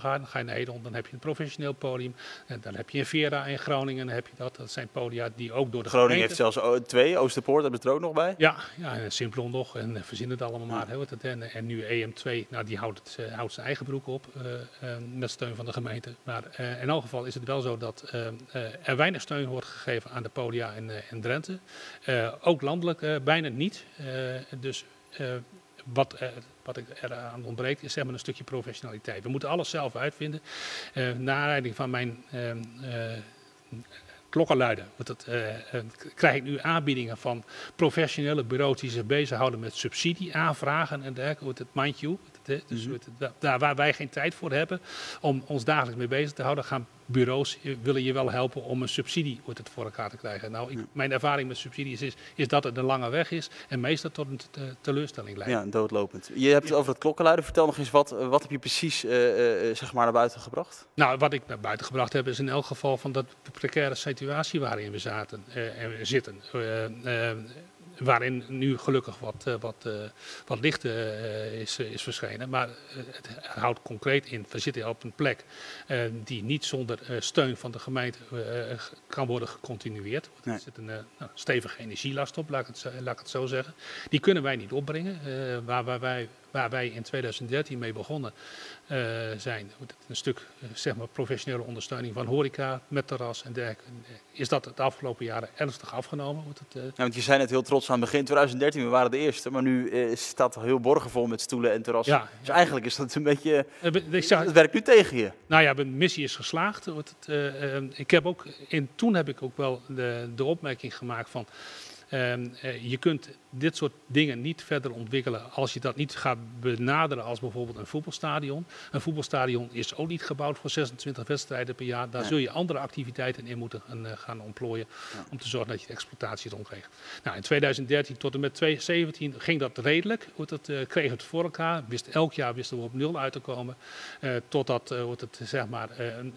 en Hedel, dan heb je een professioneel podium. En dan heb je in Vera in Groningen, dan heb je dat. Dat zijn podia die ook door de Groningen gemeente... heeft zelfs 2, Oosterpoort hebben ze er ook nog bij. Ja, en Simplon nog, en verzin het allemaal maar. En nu EM2, nou, die houdt zijn eigen broek op, met steun van de gemeente. Maar in elk geval is het wel zo dat er weinig steun wordt gegeven aan de podia in Drenthe. Ook landelijk bijna niet. Dus wat eraan ontbreekt is zeg maar een stukje professionaliteit. We moeten alles zelf uitvinden. Naar aanleiding van mijn klokkenluiden krijg ik nu aanbiedingen van professionele bureaus die zich bezighouden met subsidieaanvragen en dergelijke. Het mind you. Dus daar waar wij geen tijd voor hebben om ons dagelijks mee bezig te houden, gaan bureaus willen je wel helpen om een subsidie voor elkaar te krijgen. Nou, mijn ervaring met subsidies is dat het een lange weg is en meestal tot een teleurstelling leidt. Ja, doodlopend. Je hebt het over het klokkenluiden. Vertel nog eens, wat heb je precies zeg maar naar buiten gebracht? Nou, wat ik naar buiten gebracht heb is in elk geval van dat precaire situatie waarin we zitten. Waarin nu gelukkig wat licht is verschenen. Maar het houdt concreet in, we zitten op een plek die niet zonder steun van de gemeente kan worden gecontinueerd. Nee. Er zit een stevige energielast op, laat ik het zo zeggen. Die kunnen wij niet opbrengen. Waar wij in 2013 mee begonnen zijn, een stuk zeg maar professionele ondersteuning van horeca met terras en dergelijke, is dat de afgelopen jaren ernstig afgenomen. Ja, want je zei net heel trots aan het begin 2013, we waren de eerste, maar nu staat het heel borgen vol met stoelen en terrassen. Ja, dus eigenlijk is dat een beetje, het werkt nu tegen je. Nou ja, mijn missie is geslaagd. Toen heb ik ook wel de opmerking gemaakt van, je kunt dit soort dingen niet verder ontwikkelen als je dat niet gaat benaderen als bijvoorbeeld een voetbalstadion. Een voetbalstadion is ook niet gebouwd voor 26 wedstrijden per jaar. Daar zul je andere activiteiten in moeten gaan ontplooien om te zorgen dat je de exploitatie rondkrijgt. Nou, in 2013 tot en met 2017 ging dat redelijk. Kregen we het voor elkaar. Elk jaar wisten we op 0 uit te komen. Totdat zeg maar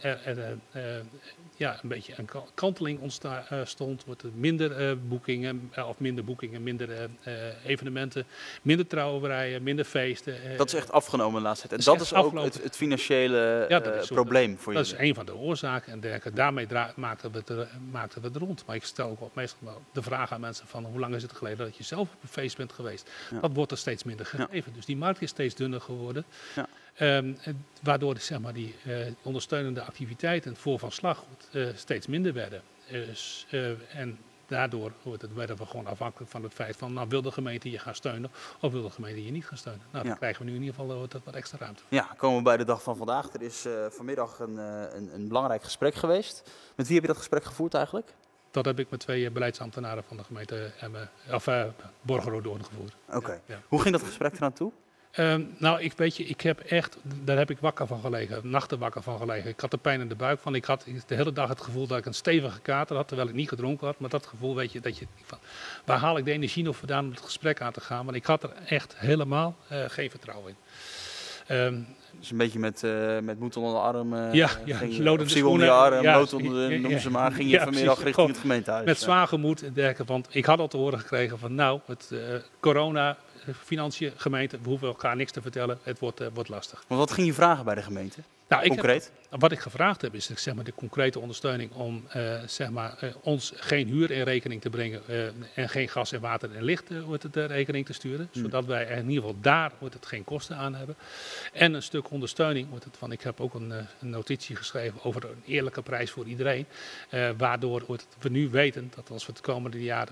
een beetje een kanteling ontstond. Minder boekingen, minder evenementen, minder trouwerijen, minder feesten. Dat is echt afgenomen de laatste tijd. En dat is ook het financiële probleem voor jullie. Dat is een van de oorzaken en dergelijke. Daarmee maakten we het rond. Maar ik stel ook meestal de vraag aan mensen van hoe lang is het geleden dat je zelf op een feest bent geweest. Ja. Dat wordt er steeds minder gegeven. Ja. Dus die markt is steeds dunner geworden. Ja. Waardoor zeg maar, die ondersteunende activiteiten voor Van Slag steeds minder werden. En daardoor werden we gewoon afhankelijk van het feit van, nou, wil de gemeente je gaan steunen of wil de gemeente je niet gaan steunen. Nou, dan krijgen we nu in ieder geval wat extra ruimte. Ja, komen we bij de dag van vandaag. Er is vanmiddag een belangrijk gesprek geweest. Met wie heb je dat gesprek gevoerd eigenlijk? Dat heb ik met 2 beleidsambtenaren van de gemeente Borgerode doorgevoerd. Oké. Ja. Hoe ging dat gesprek eraan toe? Nou, ik heb echt, daar heb ik wakker van gelegen, nachten wakker van gelegen. Ik had er pijn in de buik van. Ik had de hele dag het gevoel dat ik een stevige kater had, terwijl ik niet gedronken had. Maar dat gevoel, weet je, waar haal ik de energie nog vandaan om het gesprek aan te gaan? Want ik had er echt helemaal geen vertrouwen in. Dus een beetje met moed onder de arm, lodende onder je arm, nood onder noem ze maar, ging je vanmiddag richting het gemeentehuis. Met zwaar gemoed en dergelijke, want ik had al te horen gekregen van nou, corona, financiën, gemeente, we hoeven elkaar niks te vertellen, het wordt lastig. Maar wat ging je vragen bij de gemeente? Nou, concreet? Wat ik gevraagd heb is zeg maar, de concrete ondersteuning om ons geen huur in rekening te brengen en geen gas en water en licht rekening te sturen. Zodat wij in ieder geval daar geen kosten aan hebben. En een stuk ondersteuning, van ik heb ook een notitie geschreven over een eerlijke prijs voor iedereen. Waardoor we nu weten dat als we het komende jaar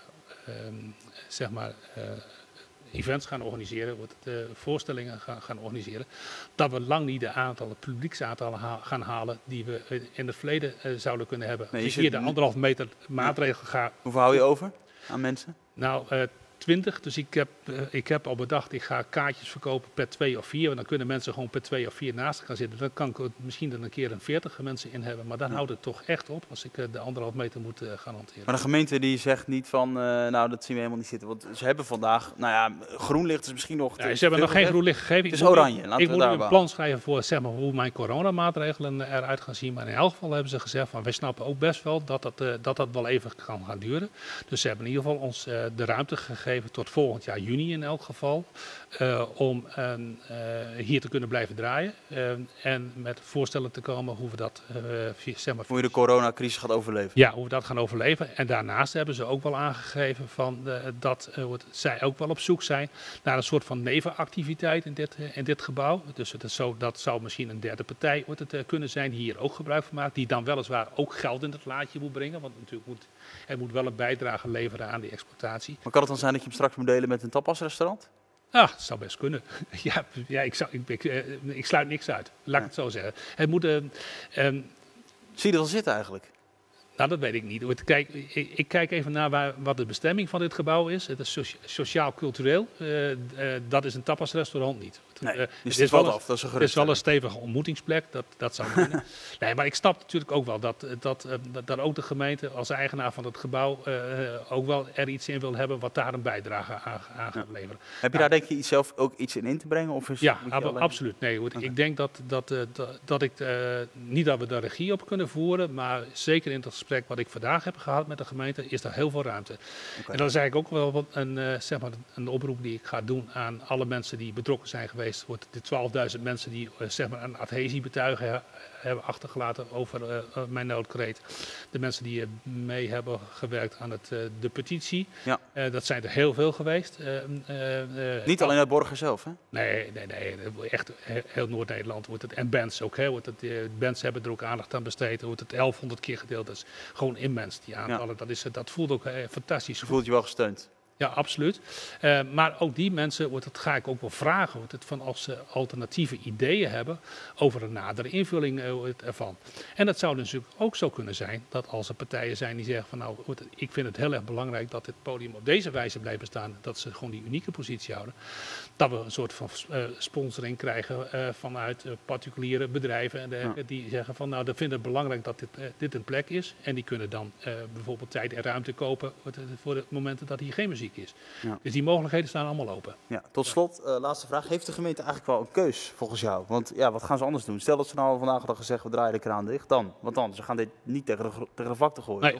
events gaan organiseren, voorstellingen gaan organiseren, dat we lang niet de publieksaantallen gaan halen die we in het verleden zouden kunnen hebben. Nee, als je hier de 1,5 meter maatregel gaat. Hoeveel hou je over aan mensen? Nou, 20. Dus ik heb al bedacht, ik ga kaartjes verkopen per 2 of 4. En dan kunnen mensen gewoon per 2 of 4 naast gaan zitten. Dan kan ik misschien dan een keer een 40 mensen in hebben. Maar dan houdt het toch echt op als ik de 1,5 meter moet gaan hanteren. Maar de gemeente die zegt niet van, nou dat zien we helemaal niet zitten. Want ze hebben vandaag, nou ja, groen licht is misschien nog... Ja, ze hebben nog geen groen licht gegeven. Het is oranje. Ik moet een plan schrijven voor zeg maar, hoe mijn coronamaatregelen eruit gaan zien. Maar in elk geval hebben ze gezegd van, wij snappen ook best wel dat wel even kan gaan duren. Dus ze hebben in ieder geval ons de ruimte gegeven aangegeven tot volgend jaar juni in elk geval. Om hier te kunnen blijven draaien. En met voorstellen te komen hoe we dat hoe je de coronacrisis gaat overleven. Ja, hoe we dat gaan overleven. En daarnaast hebben ze ook wel aangegeven dat zij ook wel op zoek zijn naar een soort van nevenactiviteit in dit gebouw. Dus dat zou misschien een derde partij kunnen zijn die hier ook gebruik van maakt. Die dan weliswaar ook geld in het laadje moet brengen. Want natuurlijk moet wel een bijdrage leveren aan die exploitatie. Maar kan het dan zijn dat je hem straks moet delen met een tapasrestaurant? Ah, dat zou best kunnen. Ik sluit niks uit. Laat ik het zo zeggen. Het moet, zie je dat al zitten eigenlijk? Nou, dat weet ik niet. Kijk, ik kijk even naar wat de bestemming van dit gebouw is. Het is sociaal-cultureel. Dat is een tapasrestaurant niet. Nee, dus het is wel af. Dat is een het is wel een stevige ontmoetingsplek. Dat zou kunnen. Nee, maar ik snap natuurlijk ook wel dat ook de gemeente als eigenaar van het gebouw ook wel er iets in wil hebben wat daar een bijdrage aan gaat leveren. Heb je daar denk je zelf ook iets in te brengen? Of Absoluut. Nee, ik denk niet dat we de regie op kunnen voeren, maar zeker in het gesprek wat ik vandaag heb gehad met de gemeente, is er heel veel ruimte. En dat is eigenlijk ook wel een oproep die ik ga doen aan alle mensen die betrokken zijn geweest. De 12.000 mensen die een adhesiebetuiging hebben achtergelaten over mijn noodkreet. De mensen die mee hebben gewerkt aan de petitie. Ja. Dat zijn er heel veel geweest. Niet alleen uit Borger zelf, hè? Nee. Echt heel Noord-Nederland wordt het. En bands ook. Bands hebben er ook aandacht aan besteed. Wordt het 1100 keer gedeeld. Dat is gewoon immens, die aantallen. Ja. Dat voelt ook fantastisch. Je voelt je wel gesteund. Ja, absoluut. Maar ook die mensen, dat ga ik ook wel vragen, van als ze alternatieve ideeën hebben over een nadere invulling ervan. En dat zou dus natuurlijk ook zo kunnen zijn dat als er partijen zijn die zeggen van nou, ik vind het heel erg belangrijk dat dit podium op deze wijze blijft bestaan, dat ze gewoon die unieke positie houden, dat we een soort van sponsoring krijgen vanuit particuliere bedrijven en dergelijke, die zeggen van nou, dat vinden het belangrijk dat dit een plek is en die kunnen dan bijvoorbeeld tijd en ruimte kopen voor de momenten dat hier geen muziek is. Ja. Dus die mogelijkheden staan allemaal open. Ja, tot slot, laatste vraag. Heeft de gemeente eigenlijk wel een keus volgens jou? Want ja, wat gaan ze anders doen? Stel dat ze nou vandaag hadden gezegd, we draaien de kraan dicht. Dan? Wat dan? Ze gaan dit niet tegen de vlakte gooien.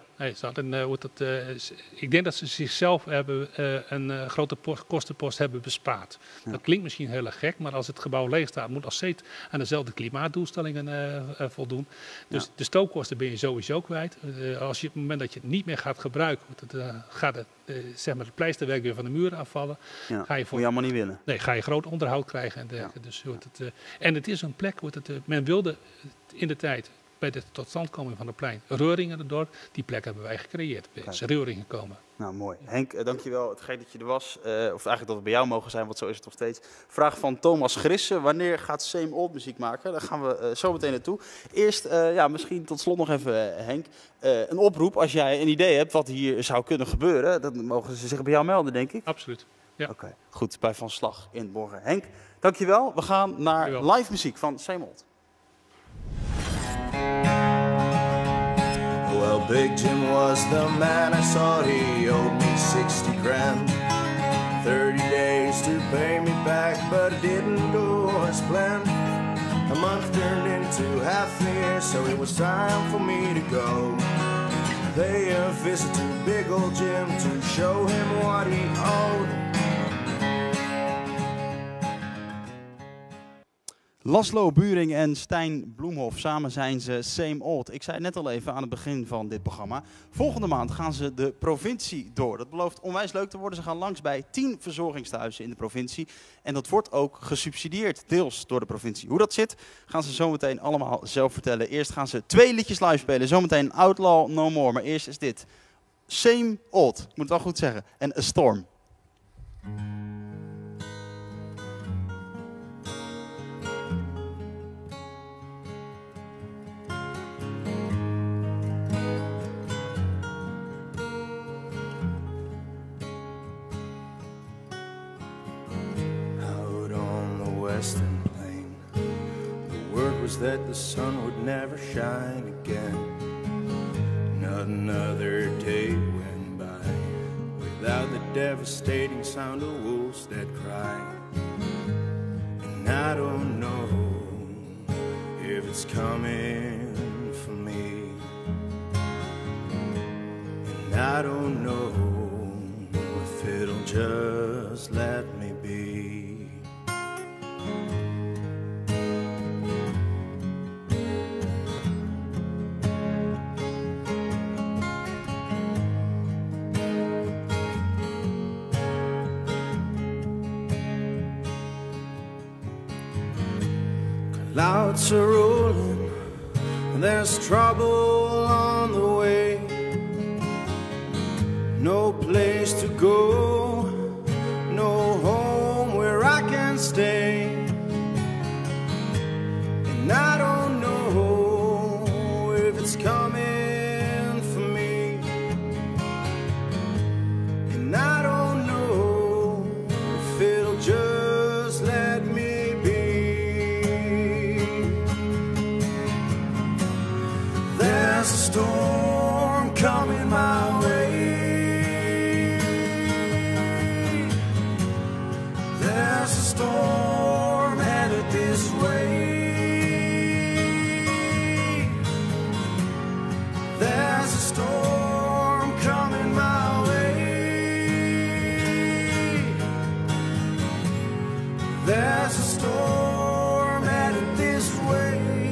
Nee, ik denk dat ze zichzelf een grote kostenpost hebben bespaard. Ja. Dat klinkt misschien heel erg gek, maar als het gebouw leeg staat, moet als steeds aan dezelfde klimaatdoelstellingen voldoen. Dus de stookkosten ben je sowieso kwijt. Als je op het moment dat je het niet meer gaat gebruiken, gaat het pleisterwerk weer van de muren afvallen. Ja, ga je moet je allemaal niet willen. Nee, ga je groot onderhoud krijgen. En dergelijke. Dus, en het is een plek, men wilde in de tijd bij de totstandkoming van het plein Reuring in het dorp, die plek hebben wij gecreëerd. Er is Reuring gekomen. Nou, mooi. Henk, dankjewel. Het feit dat je er was, of eigenlijk dat we bij jou mogen zijn, want zo is het nog steeds. Vraag van Thomas Grissen. Wanneer gaat Same Old muziek maken? Daar gaan we zo meteen naartoe. Eerst, misschien tot slot nog even, Henk. Een oproep, als jij een idee hebt wat hier zou kunnen gebeuren, dan mogen ze zich bij jou melden, denk ik. Absoluut. Ja. Oké, goed. Bij Van Slag in Borger. Henk, dankjewel. We gaan naar live muziek van Same Old. Well, Big Jim was the man I saw. He owed me 60 grand. 30 days to pay me back, but it didn't go as planned. A month turned into half a year, so it was time for me to go. Pay a visit to Big Old Jim to show him what he owed. Laszlo Buring en Stijn Bloemhof, samen zijn ze Same Old. Ik zei het net al even aan het begin van dit programma. Volgende maand gaan ze de provincie door. Dat belooft onwijs leuk te worden. Ze gaan langs bij 10 verzorgingstehuizen in de provincie. En dat wordt ook gesubsidieerd, deels door de provincie. Hoe dat zit, gaan ze zometeen allemaal zelf vertellen. Eerst gaan ze 2 liedjes live spelen. Zometeen Outlaw No More. Maar eerst is dit Same Old. Ik moet het wel goed zeggen. En A Storm. Western plain, the word was that the sun would never shine again. Not another day went by without the devastating sound of wolves that cry. And I don't know if it's coming for me. And I don't know if it'll just let me be. Clouds are rolling, there's trouble on the way. No place to go, no home where I can stay. And I don't know if it's coming for me. And I don't know if it'll just let me be. There's a storm coming my way. There's a storm headed this way. There's a storm coming my way. There's a storm headed this way.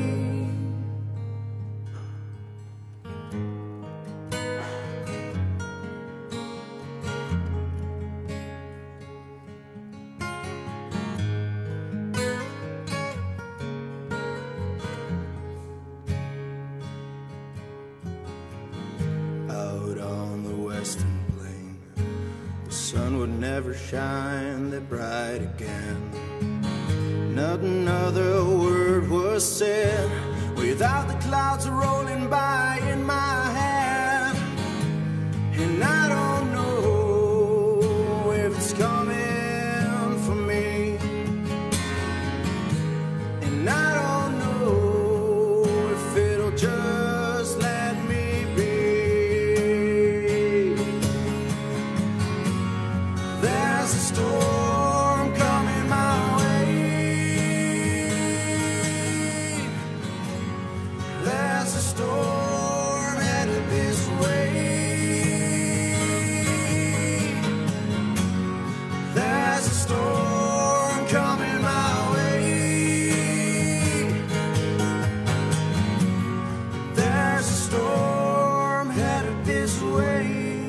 Out on the western plain, the sun would never shine that bright again. Not another word was said without the clouds rolling by in my head. And I don't know if it's coming for me. And I don't know if it'll just let me be. There's a storm coming my way. There's a storm headed this way. There's a storm coming my way. There's a storm headed this way.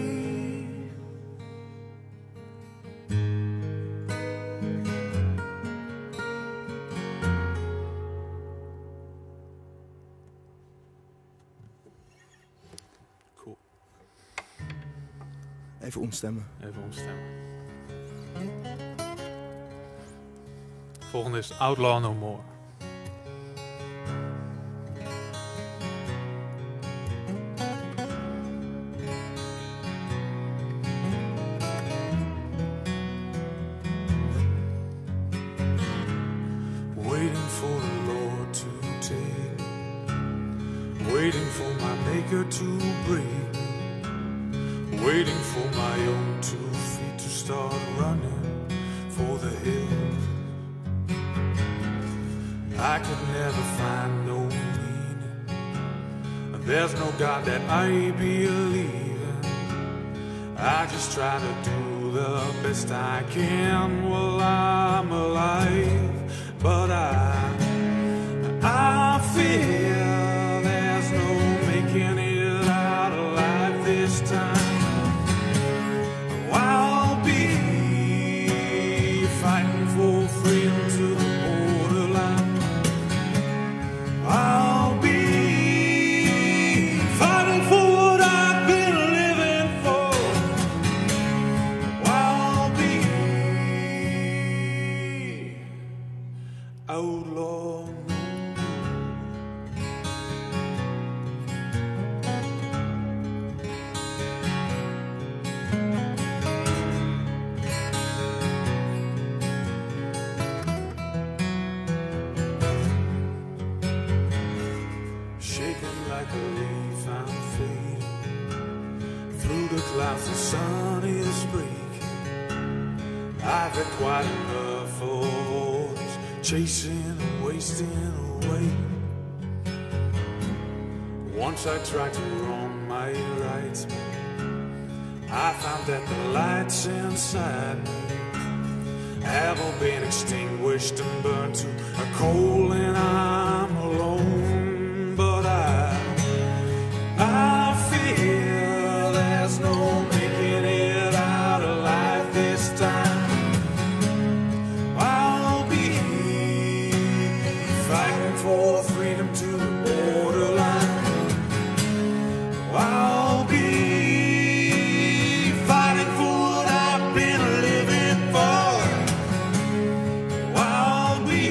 Cool. Even omstemmen. Even omstemmen. Volgende is Outlaw No More. Waiting for the Lord to take, waiting for my Maker to break, waiting for my own 2 feet to start running for the hills. I could never find no meaning. There's no God that I believe in. I just try to do the best I can while I'm alive. But I fear there's no making it out alive this time. I'll be fighting for freedom to the borderline. I'll be fighting for what I've been living for. I'll be outlaw. Shaking like a leaf, I'm fading. Through the clouds, the sun is breaking. I've had quite enough of this chasing and wasting away. Once I tried to wrong my rights, I found that the lights inside me have all been extinguished and burned to a coal, and I'm alone. But I feel there's no making it out alive this time. I'll be fighting for freedom to the borderline. I'll be fighting for what I've been living for. I'll be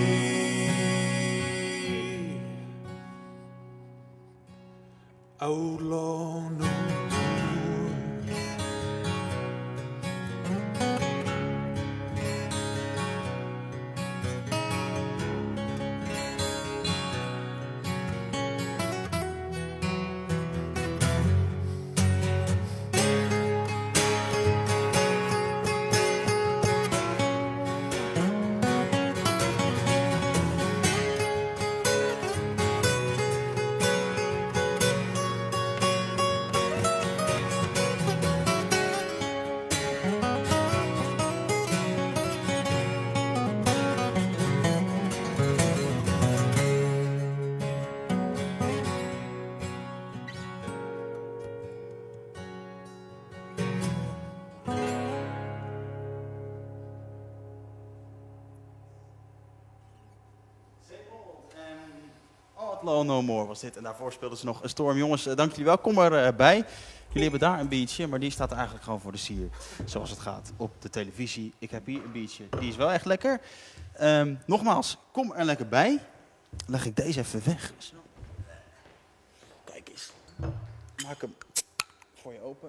outlaw no more. Outlaw No More was dit. En daarvoor speelden ze nog een Storm. Jongens, dank jullie wel. Kom erbij. Jullie hebben daar een biertje, maar die staat eigenlijk gewoon voor de sier. Zoals het gaat op de televisie. Ik heb hier een biertje. Die is wel echt lekker. Nogmaals, kom er lekker bij. Leg ik deze even weg. Zo. Kijk eens. Maak hem voor je open.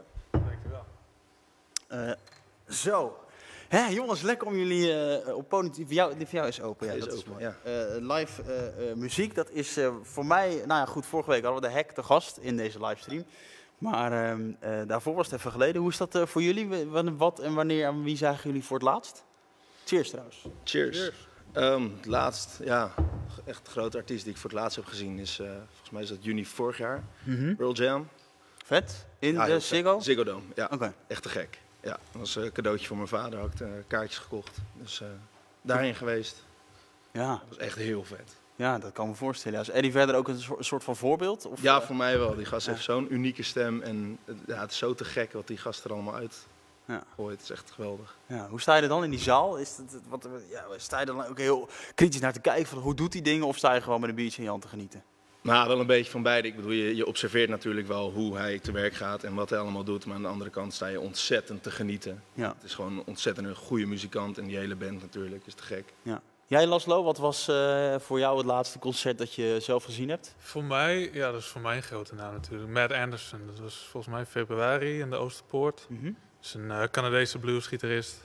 Dankjewel. Zo. Hè, jongens, lekker om jullie op podium. Voor jou is open. Ja, Is dat is open, mooi. ja. Live muziek, dat is voor mij. Nou ja, goed, vorige week hadden we de Hack te gast in deze livestream. Maar daarvoor was het even geleden. Hoe is dat voor jullie? Wat en wanneer en wie zagen jullie voor het laatst? Cheers trouwens. Cheers. Het laatst, ja, echt de grote artiest die ik voor het laatst heb gezien is, volgens mij is dat juni vorig jaar, Pearl Jam. Vet? In Ja, de heel vet. Ziggo? Ziggo Dome, ja. Oké. Echt te gek. Ja, dat was een cadeautje voor mijn vader, had ik kaartjes gekocht. Dus daarheen geweest. Ja. Dat was echt heel vet. Ja, dat kan ik me voorstellen. Is Eddie verder ook een soort van voorbeeld? Of, Ja, voor mij wel. Die gast heeft zo'n unieke stem en ja, het is zo te gek wat die gast er allemaal uit gooit. Het is echt geweldig. Ja, hoe sta je er dan in die zaal? Sta je er dan ook heel kritisch naar te kijken van hoe doet hij dingen? Of sta je gewoon met een biertje in je hand te genieten? Nou, wel een beetje van beide. Ik bedoel, je observeert natuurlijk wel hoe hij te werk gaat en wat hij allemaal doet. Maar aan de andere kant sta je ontzettend te genieten. Ja. Het is gewoon een ontzettend een goede muzikant en die hele band natuurlijk is te gek. Ja. Jij, Laszlo, wat was voor jou het laatste concert dat je zelf gezien hebt? Voor mij, ja, dat is voor mij een grote naam natuurlijk. Matt Anderson, dat was volgens mij februari in de Oosterpoort. Dat is een Canadese bluesgitarist.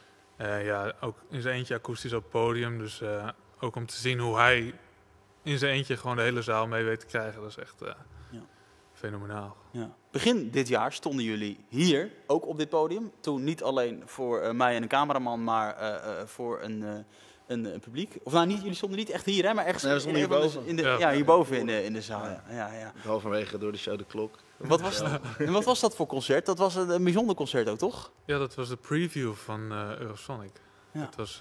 Ja, ook in zijn eentje akoestisch op het podium. Dus ook om te zien hoe hij in zijn eentje gewoon de hele zaal mee weet te krijgen. Dat is echt fenomenaal. Ja. Begin dit jaar stonden jullie hier, ook op dit podium. Toen niet alleen voor mij en een cameraman, maar voor een publiek. Of nou, jullie stonden niet echt hier, hè, maar ergens nee, we stonden hierboven. Hierboven in de zaal. Ja. Halverwege door de show de klok. En wat was dat voor concert? Dat was een bijzonder concert ook, toch? Ja, dat was de preview van Eurosonic. Ja. Het was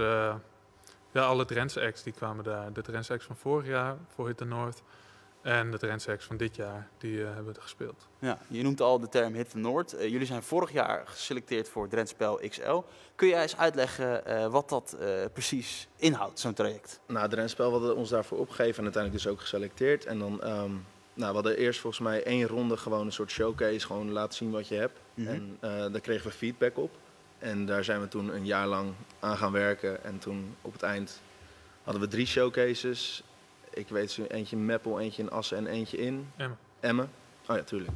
alle Drentse acts die kwamen daar. De Drentse acts van vorig jaar voor Hit the North. En de Drentse acts van dit jaar, die hebben er gespeeld. Ja, je noemt al de term Hit the North. Jullie zijn vorig jaar geselecteerd voor Drentspel XL. Kun jij eens uitleggen wat dat precies inhoudt, zo'n traject? Nou, Drentspel hadden ons daarvoor opgegeven en uiteindelijk dus ook geselecteerd. En dan, we hadden eerst volgens mij 1 ronde gewoon een soort showcase, gewoon laten zien wat je hebt. En daar kregen we feedback op. En daar zijn we toen een jaar lang aan gaan werken. En toen op het eind hadden we 3 showcases. Ik weet zo, eentje in Meppel, eentje in Assen en eentje in Emmen. Oh ja, tuurlijk.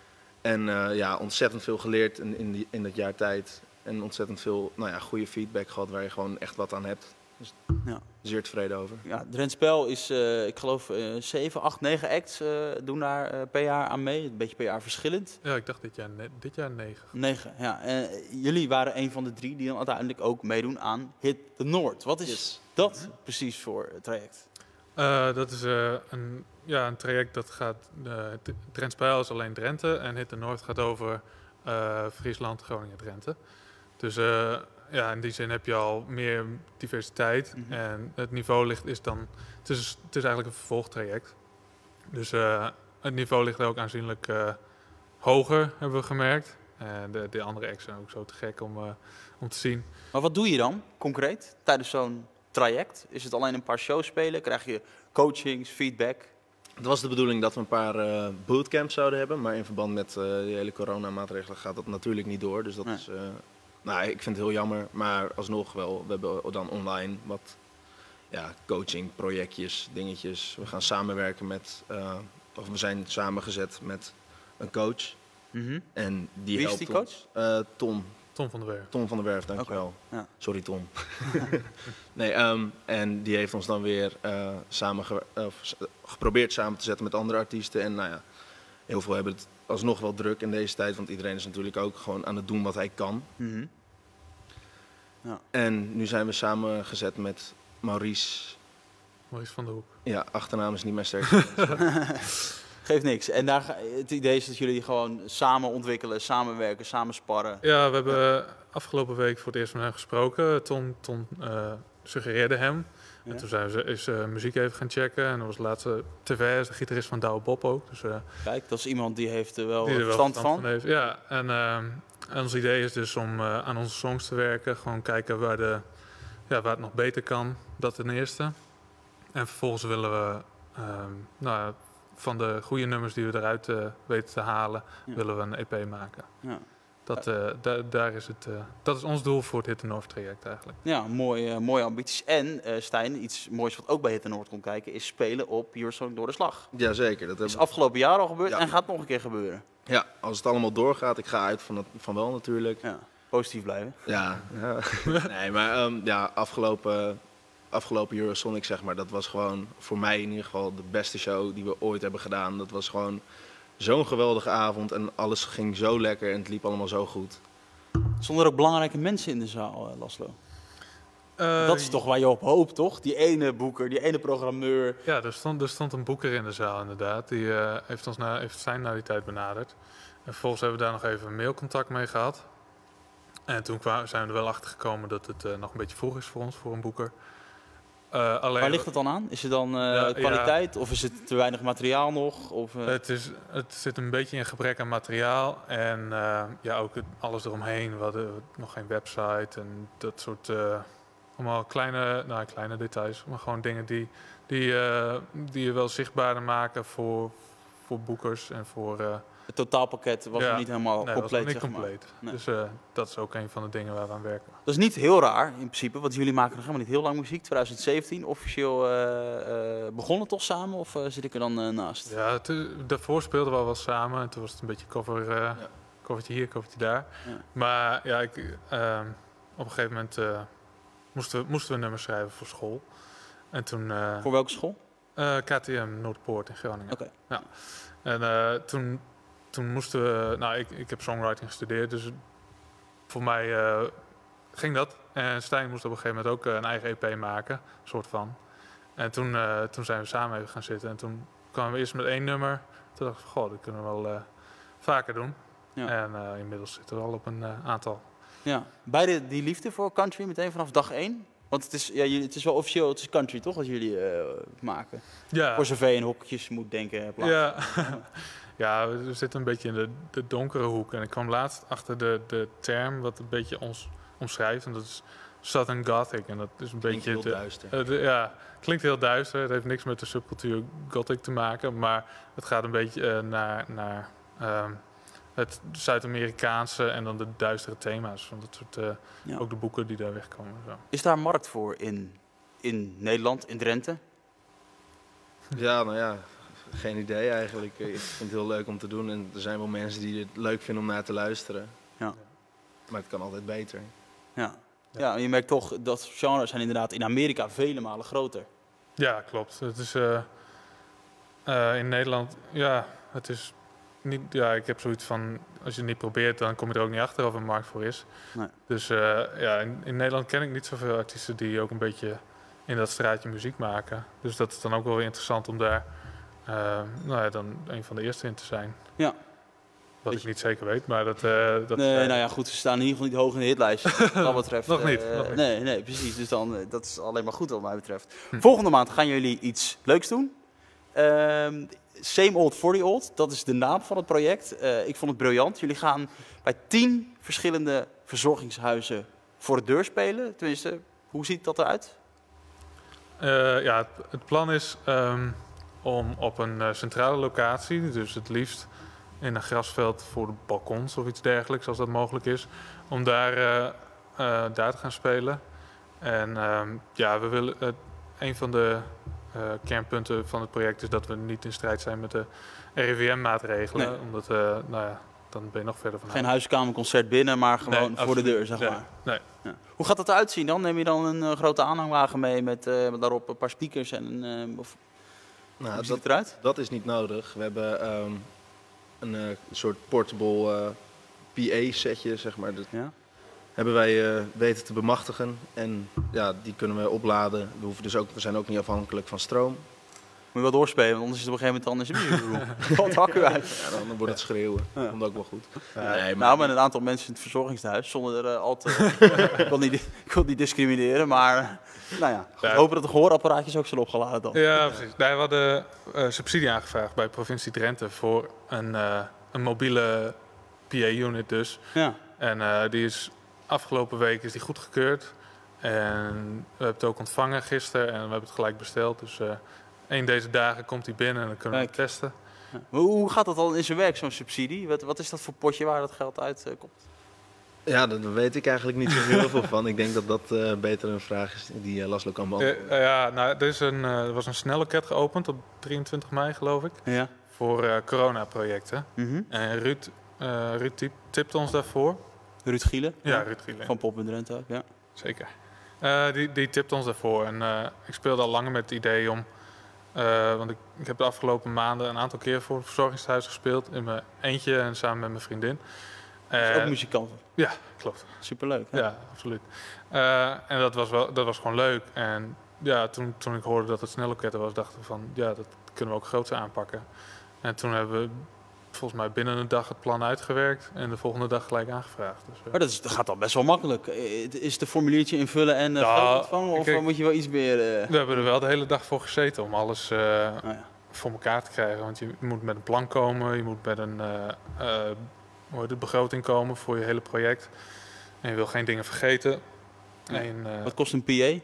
En ontzettend veel geleerd in dat jaar tijd. En ontzettend veel goede feedback gehad waar je gewoon echt wat aan hebt. Dus zeer tevreden over. Ja, Drentspel is, ik geloof, 7, 8, 9 acts doen daar per jaar aan mee. Een beetje per jaar verschillend. Ja, ik dacht dit jaar 9. 9, ja. Jullie waren een van de 3 die dan uiteindelijk ook meedoen aan Hit the North. Wat is dat precies voor het traject? Dat is een traject dat gaat... Drentspel is alleen Drenthe en Hit the North gaat over Friesland, Groningen, Drenthe. Dus ja, in die zin heb je al meer diversiteit. En het niveau is dan... Het is eigenlijk een vervolgtraject. Dus het niveau ligt ook aanzienlijk hoger, hebben we gemerkt. En de andere acts zijn ook zo te gek om te zien. Maar wat doe je dan concreet tijdens zo'n traject? Is het alleen een paar shows spelen? Krijg je coachings, feedback? Het was de bedoeling dat we een paar bootcamps zouden hebben, maar in verband met de hele coronamaatregelen gaat dat natuurlijk niet door. Dus dat is, nou, ik vind het heel jammer, maar alsnog wel. We hebben dan online wat coaching, projectjes, dingetjes. We gaan samenwerken met, of we zijn samengezet met een coach. En die Wie helpt is die coach? ons. Tom. Tom van der Werf. Tom van der Werf, dankjewel. Okay. Ja. Sorry Tom. Nee, en die heeft ons dan weer geprobeerd samen te zetten met andere artiesten. En nou ja, heel veel hebben het alsnog wel druk in deze tijd, want iedereen is natuurlijk ook gewoon aan het doen wat hij kan. Ja. En nu zijn we samengezet met Maurice. Maurice van der Hoek. Ja, achternaam is niet meer sterk. Geeft niks. En het idee is dat jullie gewoon samen ontwikkelen, samenwerken, samen sparren. Ja, we hebben afgelopen week voor het eerst met hem gesproken. Tom suggereerde hem. Ja. En toen zijn we eens muziek even gaan checken. En dat was laatste TV, de gitarist van Douwe Bob ook. Dus, kijk, dat is iemand die heeft er wel die verstand van. Heeft. Ja, en ons idee is dus om aan onze songs te werken. Gewoon kijken waar het nog beter kan. Dat ten eerste. En vervolgens willen we... van de goede nummers die we eruit weten te halen, willen we een EP maken. Ja. Dat is ons doel voor het Hit North traject eigenlijk. Ja, mooie ambities. En Stijn, iets moois wat ook bij Hit North komt kijken, is spelen op Eurosonic Door de Slag. Jazeker. Dat is afgelopen jaar al gebeurd en gaat nog een keer gebeuren. Ja, als het allemaal doorgaat, ik ga uit van wel natuurlijk. Ja, positief blijven. Ja. Nee, maar afgelopen Eurosonic, zeg maar, dat was gewoon voor mij in ieder geval de beste show die we ooit hebben gedaan. Dat was gewoon zo'n geweldige avond en alles ging zo lekker en het liep allemaal zo goed. Stonden er ook belangrijke mensen in de zaal, Laszlo? Dat is toch waar je op hoopt, toch? Die ene boeker, die ene programmeur. Ja, er stond een boeker in de zaal inderdaad. Die heeft zijn naar die tijd benaderd. En vervolgens hebben we daar nog even mailcontact mee gehad. En toen zijn we er wel achter gekomen dat het nog een beetje vroeg is voor ons, voor een boeker. Waar ligt het dan aan? Is het dan kwaliteit of is het te weinig materiaal nog? Of, Het zit een beetje in gebrek aan materiaal en ook alles eromheen. We hadden nog geen website en dat soort allemaal kleine details. Maar gewoon dingen die je wel zichtbaarder maken voor boekers en voor... Het totaalpakket was nog niet helemaal compleet. Was niet compleet. Nee. Dus dat is ook een van de dingen waar we aan werken. Dat is niet heel raar in principe, want jullie maken nog helemaal niet heel lang muziek. 2017, officieel begonnen toch samen of zit ik er dan naast? Ja, daarvoor speelden we al wel samen en toen was het een beetje covertje hier, covertje daar. Ja. Maar ja, op een gegeven moment moesten we nummers schrijven voor school. En toen, voor welke school? KTM Noordpoort in Groningen. Okay. Ja. En toen moesten we... ik heb songwriting gestudeerd, dus voor mij ging dat. En Stijn moest op een gegeven moment ook een eigen EP maken, soort van. En toen zijn we samen even gaan zitten. En toen kwamen we eerst met 1 nummer. Toen dacht ik, goh, dat kunnen we wel vaker doen. Ja. En inmiddels zitten we al op een aantal. Ja, beide die liefde voor country meteen vanaf dag 1? Want het is wel officieel, het is country toch, wat jullie maken? Ja. Voor zover je in hokjes moet denken. Ja. Ja, we zitten een beetje in de donkere hoek. En ik kwam laatst achter de term wat een beetje ons omschrijft. En dat is Southern Gothic. En dat is een beetje... Klinkt heel duister. Klinkt heel duister. Het heeft niks met de subcultuur Gothic te maken. Maar het gaat een beetje naar het Zuid-Amerikaanse en dan de duistere thema's. Van dat soort, ook de boeken die daar wegkomen. Zo. Is daar markt voor in Nederland, in Drenthe? Ja, nou ja... Geen idee eigenlijk. Ik vind het heel leuk om te doen en er zijn wel mensen die het leuk vinden om naar te luisteren. Ja. Maar het kan altijd beter. Ja, je merkt toch dat genres zijn inderdaad in Amerika vele malen groter. Ja, klopt. Het is in Nederland, het is niet. Ja, ik heb zoiets van, als je het niet probeert, dan kom je er ook niet achter of er een markt voor is. Nee. Dus in Nederland ken ik niet zoveel artiesten die ook een beetje in dat straatje muziek maken. Dus dat is dan ook wel weer interessant om daar dan een van de eerste in te zijn. Ja. Wat ik niet zeker weet, maar dat... Nee, nou ja, goed, ze staan in ieder geval niet hoog in de hitlijst. Wat dat betreft. Nog niet. Nee, precies. Dus dan, dat is alleen maar goed wat mij betreft. Volgende maand gaan jullie iets leuks doen. Same Old for the Old, dat is de naam van het project. Ik vond het briljant. Jullie gaan bij 10 verschillende verzorgingshuizen voor de deur spelen. Tenminste, hoe ziet dat eruit? Het plan is om op een centrale locatie, dus het liefst in een grasveld voor de balkons of iets dergelijks, als dat mogelijk is, om daar te gaan spelen. En we willen een van de kernpunten van het project is dat we niet in strijd zijn met de RIVM-maatregelen, Nee. omdat dan ben je nog verder van Geen huiskamerconcert binnen, maar gewoon voor de deur, zeg maar. Nee. Ja. Hoe gaat dat eruit zien dan? Neem je dan een grote aanhangwagen mee met daarop een paar speakers en hoe ziet het eruit? Dat is niet nodig. We hebben een soort portable PA-setje, zeg maar. Dat hebben wij weten te bemachtigen. En ja, die kunnen we opladen. We zijn ook niet afhankelijk van stroom. Moet je wel doorspelen, want anders is het op een gegeven moment anders valt het hakken uit. Ja, dan wordt het schreeuwen. Dat komt ook wel goed. Met een aantal mensen in het verzorgingstehuis, zonder er al te... ik wil niet discrimineren, maar we hopen dat de gehoorapparaatjes ook zijn opgeladen dan. Ja, precies. We hadden subsidie aangevraagd bij provincie Drenthe voor een mobiele PA-unit dus. Ja. En die is afgelopen week is die goedgekeurd. En we hebben het ook ontvangen gisteren en we hebben het gelijk besteld. Dus een deze dagen komt die binnen en dan kunnen we het testen. Ja. Hoe gaat dat dan in zijn werk, zo'n subsidie? Wat is dat voor potje waar dat geld uitkomt? Ja, daar weet ik eigenlijk niet zo heel veel van. Ik denk dat dat beter een vraag is die Laszlo kan beantwoorden. Er was een snelloket geopend op 23 mei, geloof ik. Ja. Voor coronaprojecten. En Ruud tipte ons daarvoor. Ruud Gielen? Ja, Ruud Gielen. Van Pop in Drenthe ook, ja. Zeker. Die tipte ons daarvoor. En ik speelde al langer met het idee om... want ik heb de afgelopen maanden een aantal keer voor het verzorgingshuis gespeeld. In mijn eentje en samen met mijn vriendin. Ook muzikanten? Ja, klopt. Superleuk. Hè? Ja, absoluut. En dat was gewoon leuk. En ja, toen ik hoorde dat het snelloketten was, dachten we van... Ja, dat kunnen we ook groots aanpakken. En toen hebben we volgens mij binnen een dag het plan uitgewerkt. En de volgende dag gelijk aangevraagd. Dus, maar dat gaat dan best wel makkelijk. Is het een formuliertje invullen en geld ontvangen? Of moet je wel iets meer... We hebben er wel de hele dag voor gezeten om alles voor elkaar te krijgen. Want je moet met een plan komen. Je moet met een begroting komen voor je hele project. En je wil geen dingen vergeten. Ja. Wat kost een PA?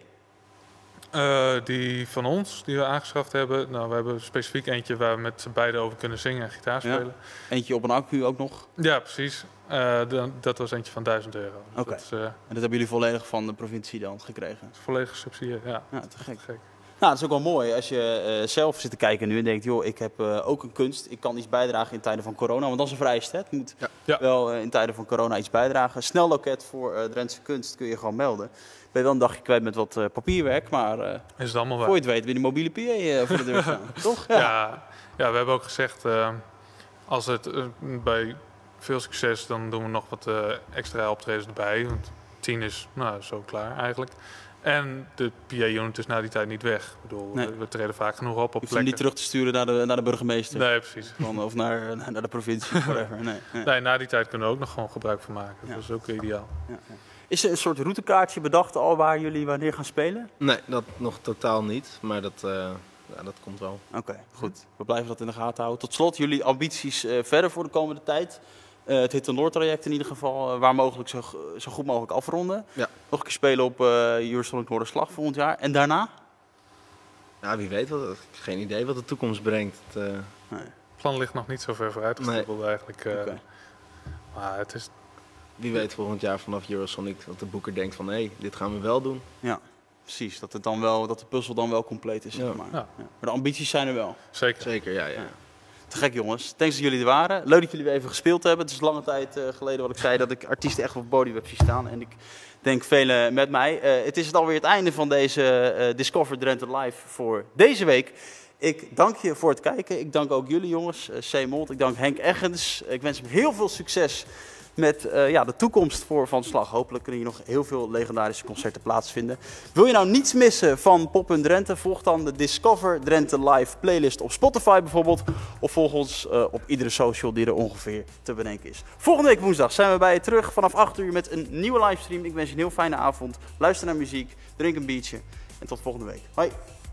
Die van ons, die we aangeschaft hebben. Nou, we hebben specifiek eentje waar we met z'n beiden over kunnen zingen en gitaar spelen. Ja. Eentje op een accu ook nog? Ja, precies. Dat was eentje van €1000. Dus Oké. En dat hebben jullie volledig van de provincie dan gekregen? Volledig subsidie, ja. Ja, te gek. Nou, dat is ook wel mooi als je zelf zit te kijken nu en denkt, joh, ik heb ook een kunst. Ik kan iets bijdragen in tijden van corona, want dat is een vereist. Hè? Het moet wel in tijden van corona iets bijdragen. Snelloket voor Drentse kunst kun je gewoon melden. Ben je wel een dagje kwijt met wat papierwerk, maar is het allemaal waar? Voor je het weet, weer die mobiele PA voor de deur staan. Toch? Ja, we hebben ook gezegd, als het bij veel succes, dan doen we nog wat extra optredens erbij. Want 10 is zo klaar eigenlijk. En de PA-unit is na die tijd niet weg. Ik bedoel, we treden vaak genoeg op plekken. Je hoeft niet terug te sturen naar de burgemeester. Nee, precies. Of naar de provincie, whatever. Nee, na die tijd kunnen we ook nog gewoon gebruik van maken. Ja. Dat is ook ideaal. Ja. Is er een soort routekaartje bedacht al waar jullie wanneer gaan spelen? Nee, dat nog totaal niet. Maar dat komt wel. Oké, goed. We blijven dat in de gaten houden. Tot slot, jullie ambities verder voor de komende tijd. Het Hit and Noord traject in ieder geval, waar mogelijk zo goed mogelijk afronden. Ja. Nog een keer spelen op Eurosonic Noorderslag volgend jaar. En daarna? Ja, wie weet. Geen idee wat de toekomst brengt. Het plan ligt nog niet zo ver vooruitgestippeld eigenlijk. Maar het is... Wie weet volgend jaar vanaf Eurosonic dat de boeker denkt van hé, dit gaan we wel doen. Ja, precies. Dat de puzzel dan wel compleet is. Zeg maar. Ja. Maar de ambities zijn er wel. Zeker, ja. Te gek jongens. Thanks dat jullie er waren. Leuk dat jullie weer even gespeeld hebben. Het is lange tijd geleden wat ik zei dat ik artiesten echt op het podium heb zien staan. En ik denk velen met mij. Het is alweer het einde van deze Discover Drenthe Live voor deze week. Ik dank je voor het kijken. Ik dank ook jullie jongens. C. Molt. Ik dank Henk Eggens. Ik wens hem heel veel succes met de toekomst voor Van Slag. Hopelijk kunnen hier nog heel veel legendarische concerten plaatsvinden. Wil je nou niets missen van Pop in Drenthe? Volg dan de Discover Drenthe Live playlist op Spotify bijvoorbeeld. Of volg ons op iedere social die er ongeveer te bedenken is. Volgende week woensdag zijn we bij je terug vanaf 8 uur met een nieuwe livestream. Ik wens je een heel fijne avond. Luister naar muziek, drink een biertje en tot volgende week. Hoi!